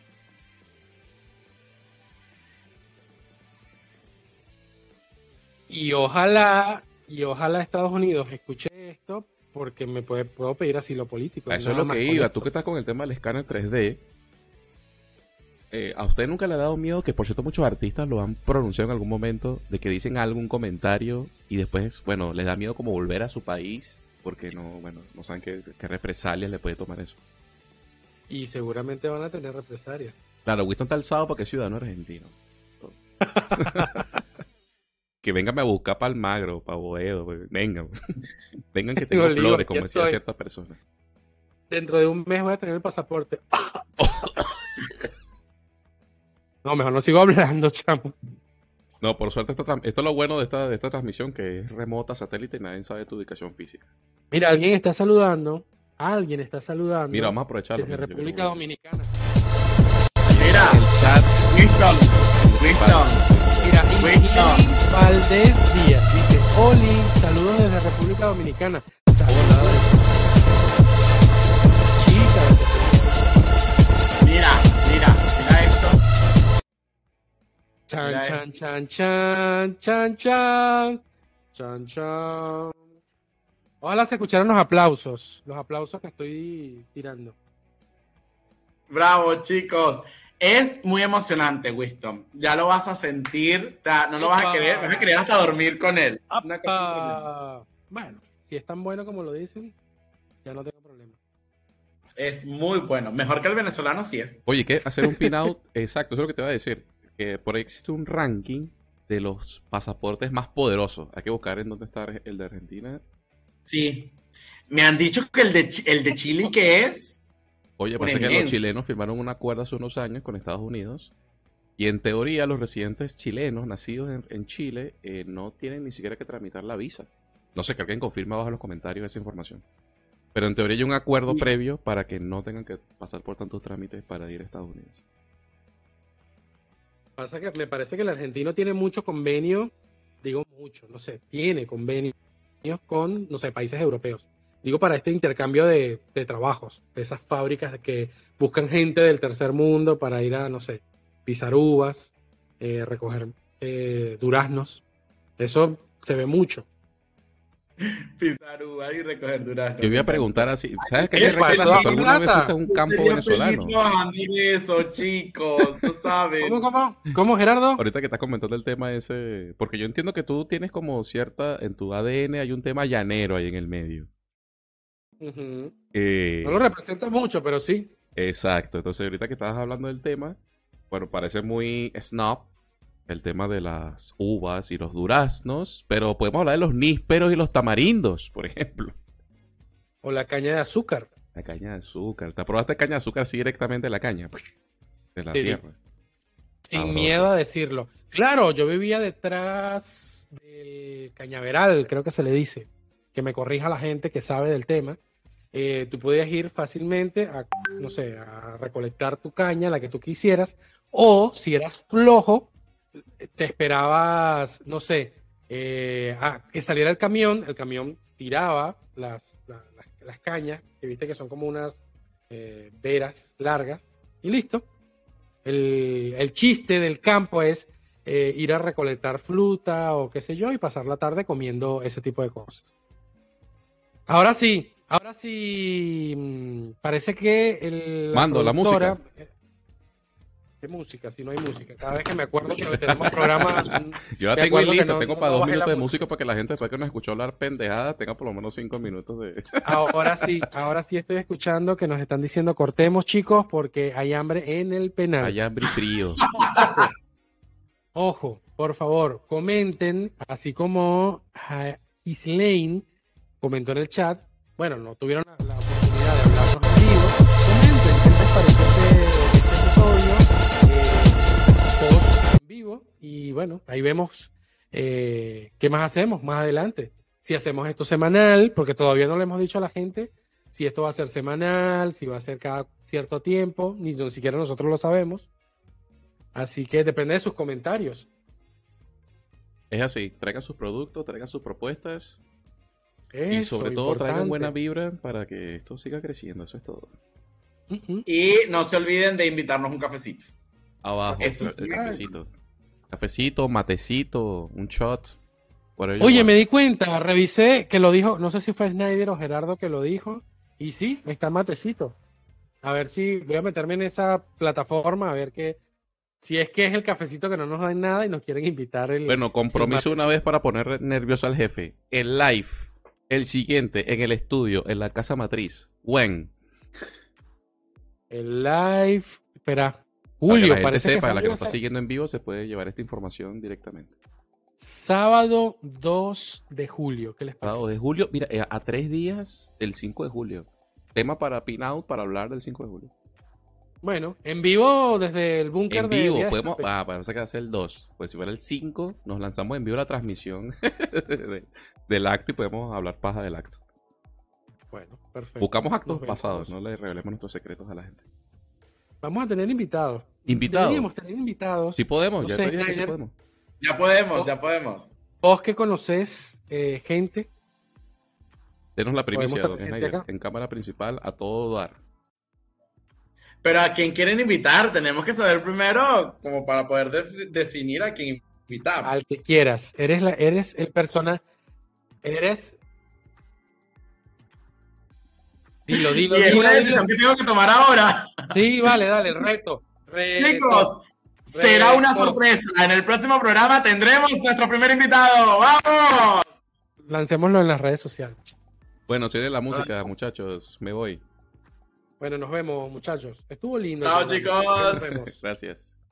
Y ojalá, y ojalá Estados Unidos escuche esto porque me puede, puedo pedir asilo político. A eso nada es lo más que con iba. esto. Tú que estás con el tema del escáner tres D, eh, ¿a usted nunca le ha dado miedo que, por cierto, muchos artistas lo han pronunciado en algún momento, de que dicen algún comentario y después, bueno, les da miedo como volver a su país porque no, bueno, no saben qué, qué represalias le puede tomar eso? Y seguramente van a tener represalias. Claro, Winston está alzado porque es ciudadano argentino. Que vengan a buscar para Almagro, para Boedo, pues, vengan. Vengan que tengo Digo, Lío, flores, aquí como decía estoy. cierta persona. Dentro de un mes voy a tener el pasaporte. No, mejor no sigo hablando, chamo. No, por suerte, esto, esto es lo bueno de esta, de esta transmisión, que es remota, satélite, y nadie sabe tu ubicación física. Mira, alguien está saludando. Alguien está saludando. Mira, vamos a aprovecharlo. desde mira, República yo- Dominicana. Mira, El chat. Winston, Winston, Mira, Winston. Ingrid Valdés Díaz dice: Oli, saludos desde República Dominicana. Saludos. Chica, Mira, mira, mira esto. chan, Mira chan, chan, chan, chan, chan, chan, chan. Ojalá se escucharan los aplausos, los aplausos que estoy tirando. Bravo, chicos. Es muy emocionante, Winston. Ya lo vas a sentir. O sea, no lo vas a Epa. querer. Vas a querer hasta dormir con él. Es una cosa impresionante. ¡Apa! Bueno, si es tan bueno como lo dicen, ya no tengo problema. Es muy bueno. Mejor que el venezolano, sí es. Oye, ¿qué? Hacer un pin-out. Exacto, eso es lo que te voy a decir. Que por ahí existe un ranking de los pasaportes más poderosos. Hay que buscar en dónde está el de Argentina. Sí. Me han dicho que el de, Chi- el de Chile, que es. Oye, Una parece que los eminencia. chilenos firmaron un acuerdo hace unos años con Estados Unidos. Y en teoría, los residentes chilenos nacidos en, en Chile eh, no tienen ni siquiera que tramitar la visa. No sé, que alguien confirme abajo en los comentarios esa información. Pero en teoría hay un acuerdo Sí. previo para que no tengan que pasar por tantos trámites para ir a Estados Unidos. Pasa que me parece que el argentino tiene mucho convenio, digo mucho, no sé, tiene convenios con, no sé, países europeos. Digo para este intercambio de, de trabajos, de esas fábricas que buscan gente del tercer mundo para ir a, no sé, pisar uvas, eh, recoger eh, duraznos. Eso se ve mucho. Pisar uva y recoger durazno. Yo voy a preguntar así, ¿sabes qué Oye, me recuerda? ¿pasó ¿Tú alguna vez plata? fuiste a un campo Sería venezolano? feliz trabajando en eso, chicos. Tú sabes. ¿Cómo, cómo? ¿Cómo, Gerardo? Ahorita que estás comentando el tema ese, porque yo entiendo que tú tienes como cierta, en tu A D N hay un tema llanero ahí en el medio. Ujú. Eh, No lo represento mucho, pero sí. exacto, entonces ahorita que estabas hablando del tema, bueno, parece muy snob el tema de las uvas y los duraznos, pero podemos hablar de los nísperos y los tamarindos, por ejemplo. O la caña de azúcar. La caña de azúcar. ¿Te probaste caña de azúcar así directamente de la caña? De la Sí. tierra. Sin Sabroso. miedo a decirlo. Claro, yo vivía detrás del cañaveral, creo que se le dice, que me corrija la gente que sabe del tema. Eh, tú podías ir fácilmente a, no sé, a recolectar tu caña, la que tú quisieras, o si eras flojo, te esperabas, no sé, eh, a que saliera el camión, el camión tiraba las, la- las, las cañas, que viste que son como unas eh, veras largas, y listo. El, el chiste del campo es eh, ir a recolectar fruta o qué sé yo y pasar la tarde comiendo ese tipo de cosas. Ahora sí, ahora sí, mm, parece que el- la Mando, la productora... música. eh, ¿Qué música? Si no hay música. Cada vez que me acuerdo que tenemos programas, mm, Yo la me tengo en acuerdo que lista, no, tengo no, para no dos bajé la minutos de música. música para que la gente después que nos escuchó hablar pendejada tenga por lo menos cinco minutos de... Ahora sí, ahora sí estoy escuchando que nos están diciendo cortemos, chicos, porque hay hambre en el penal. Hay hambre y frío. Ojo, ojo, por favor, comenten, así como ah, Gislaine comentó en el chat. Bueno, no tuvieron la, la oportunidad de hablarnos en vivo. Comenten qué les pareció este, este episodio eh, post en vivo. Y bueno, ahí vemos eh, qué más hacemos más adelante. Si hacemos esto semanal, porque todavía no le hemos dicho a la gente si esto va a ser semanal, si va a ser cada cierto tiempo, ni ni siquiera nosotros lo sabemos. Así que depende de sus comentarios. Es así, traigan sus productos, traigan sus propuestas y Eso, sobre todo traigan buena importante. vibra para que esto siga creciendo, eso es todo. Ujú. Y no se olviden de invitarnos un cafecito. Abajo, Eso el, sí. el cafecito. Cafecito, matecito, un shot. whatever you Oye, want. me di cuenta, revisé que lo dijo, no sé si fue Snyder o Gerardo que lo dijo, y sí, está matecito. A ver si voy a meterme en esa plataforma, a ver qué, si es que es el cafecito que no nos dan nada y nos quieren invitar el, Bueno, el compromiso una matecito. vez para poner nervioso al jefe. El live, el siguiente, en el estudio, en la casa matriz. When. El live, espera, Para que la Julio, gente parece que sepa, la que Julio nos está se- siguiendo en vivo se puede llevar esta información directamente. sábado dos de julio, ¿qué les Sábado de parece? julio, mira, eh, a tres días del cinco de julio. Tema para Pin Out para hablar del cinco de julio. Bueno, en vivo desde el búnker En de vivo, Día de podemos. Escape. Ah, vamos a hacer el dos. Pues si fuera el cinco, nos lanzamos en vivo la transmisión de- del acto y podemos hablar paja del acto. Bueno, perfecto. Buscamos actos Nos vemos. pasados, no le revelemos nuestros secretos a la gente. Vamos a tener invitados. ¿Invitados? Deberíamos tener invitados. Si podemos, No ya sé, te dije que sí Snyder, podemos. Ya podemos, Oh. ya podemos. vos que conoces eh, gente, Denos la primicia, ¿Podemos don traer gente Snyder, acá? en cámara principal a todo dar. Pero a quién quieren invitar, tenemos que saber primero, como para poder def- definir a quién invitamos. al que quieras. Eres, la, eres el persona. Eres. Dilo, dilo, Y es dilo, una dilo. decisión que tengo que tomar ahora. Sí, vale, dale, reto. Reto. Chicos, será una Reto. sorpresa. En el próximo programa tendremos nuestro primer invitado. ¡Vamos! Lancémoslo en las redes sociales. Bueno, si la música, Lanza. muchachos, me voy. Bueno, nos vemos, muchachos. Estuvo lindo. Chao, el programa. chicos. Nos vemos. Gracias.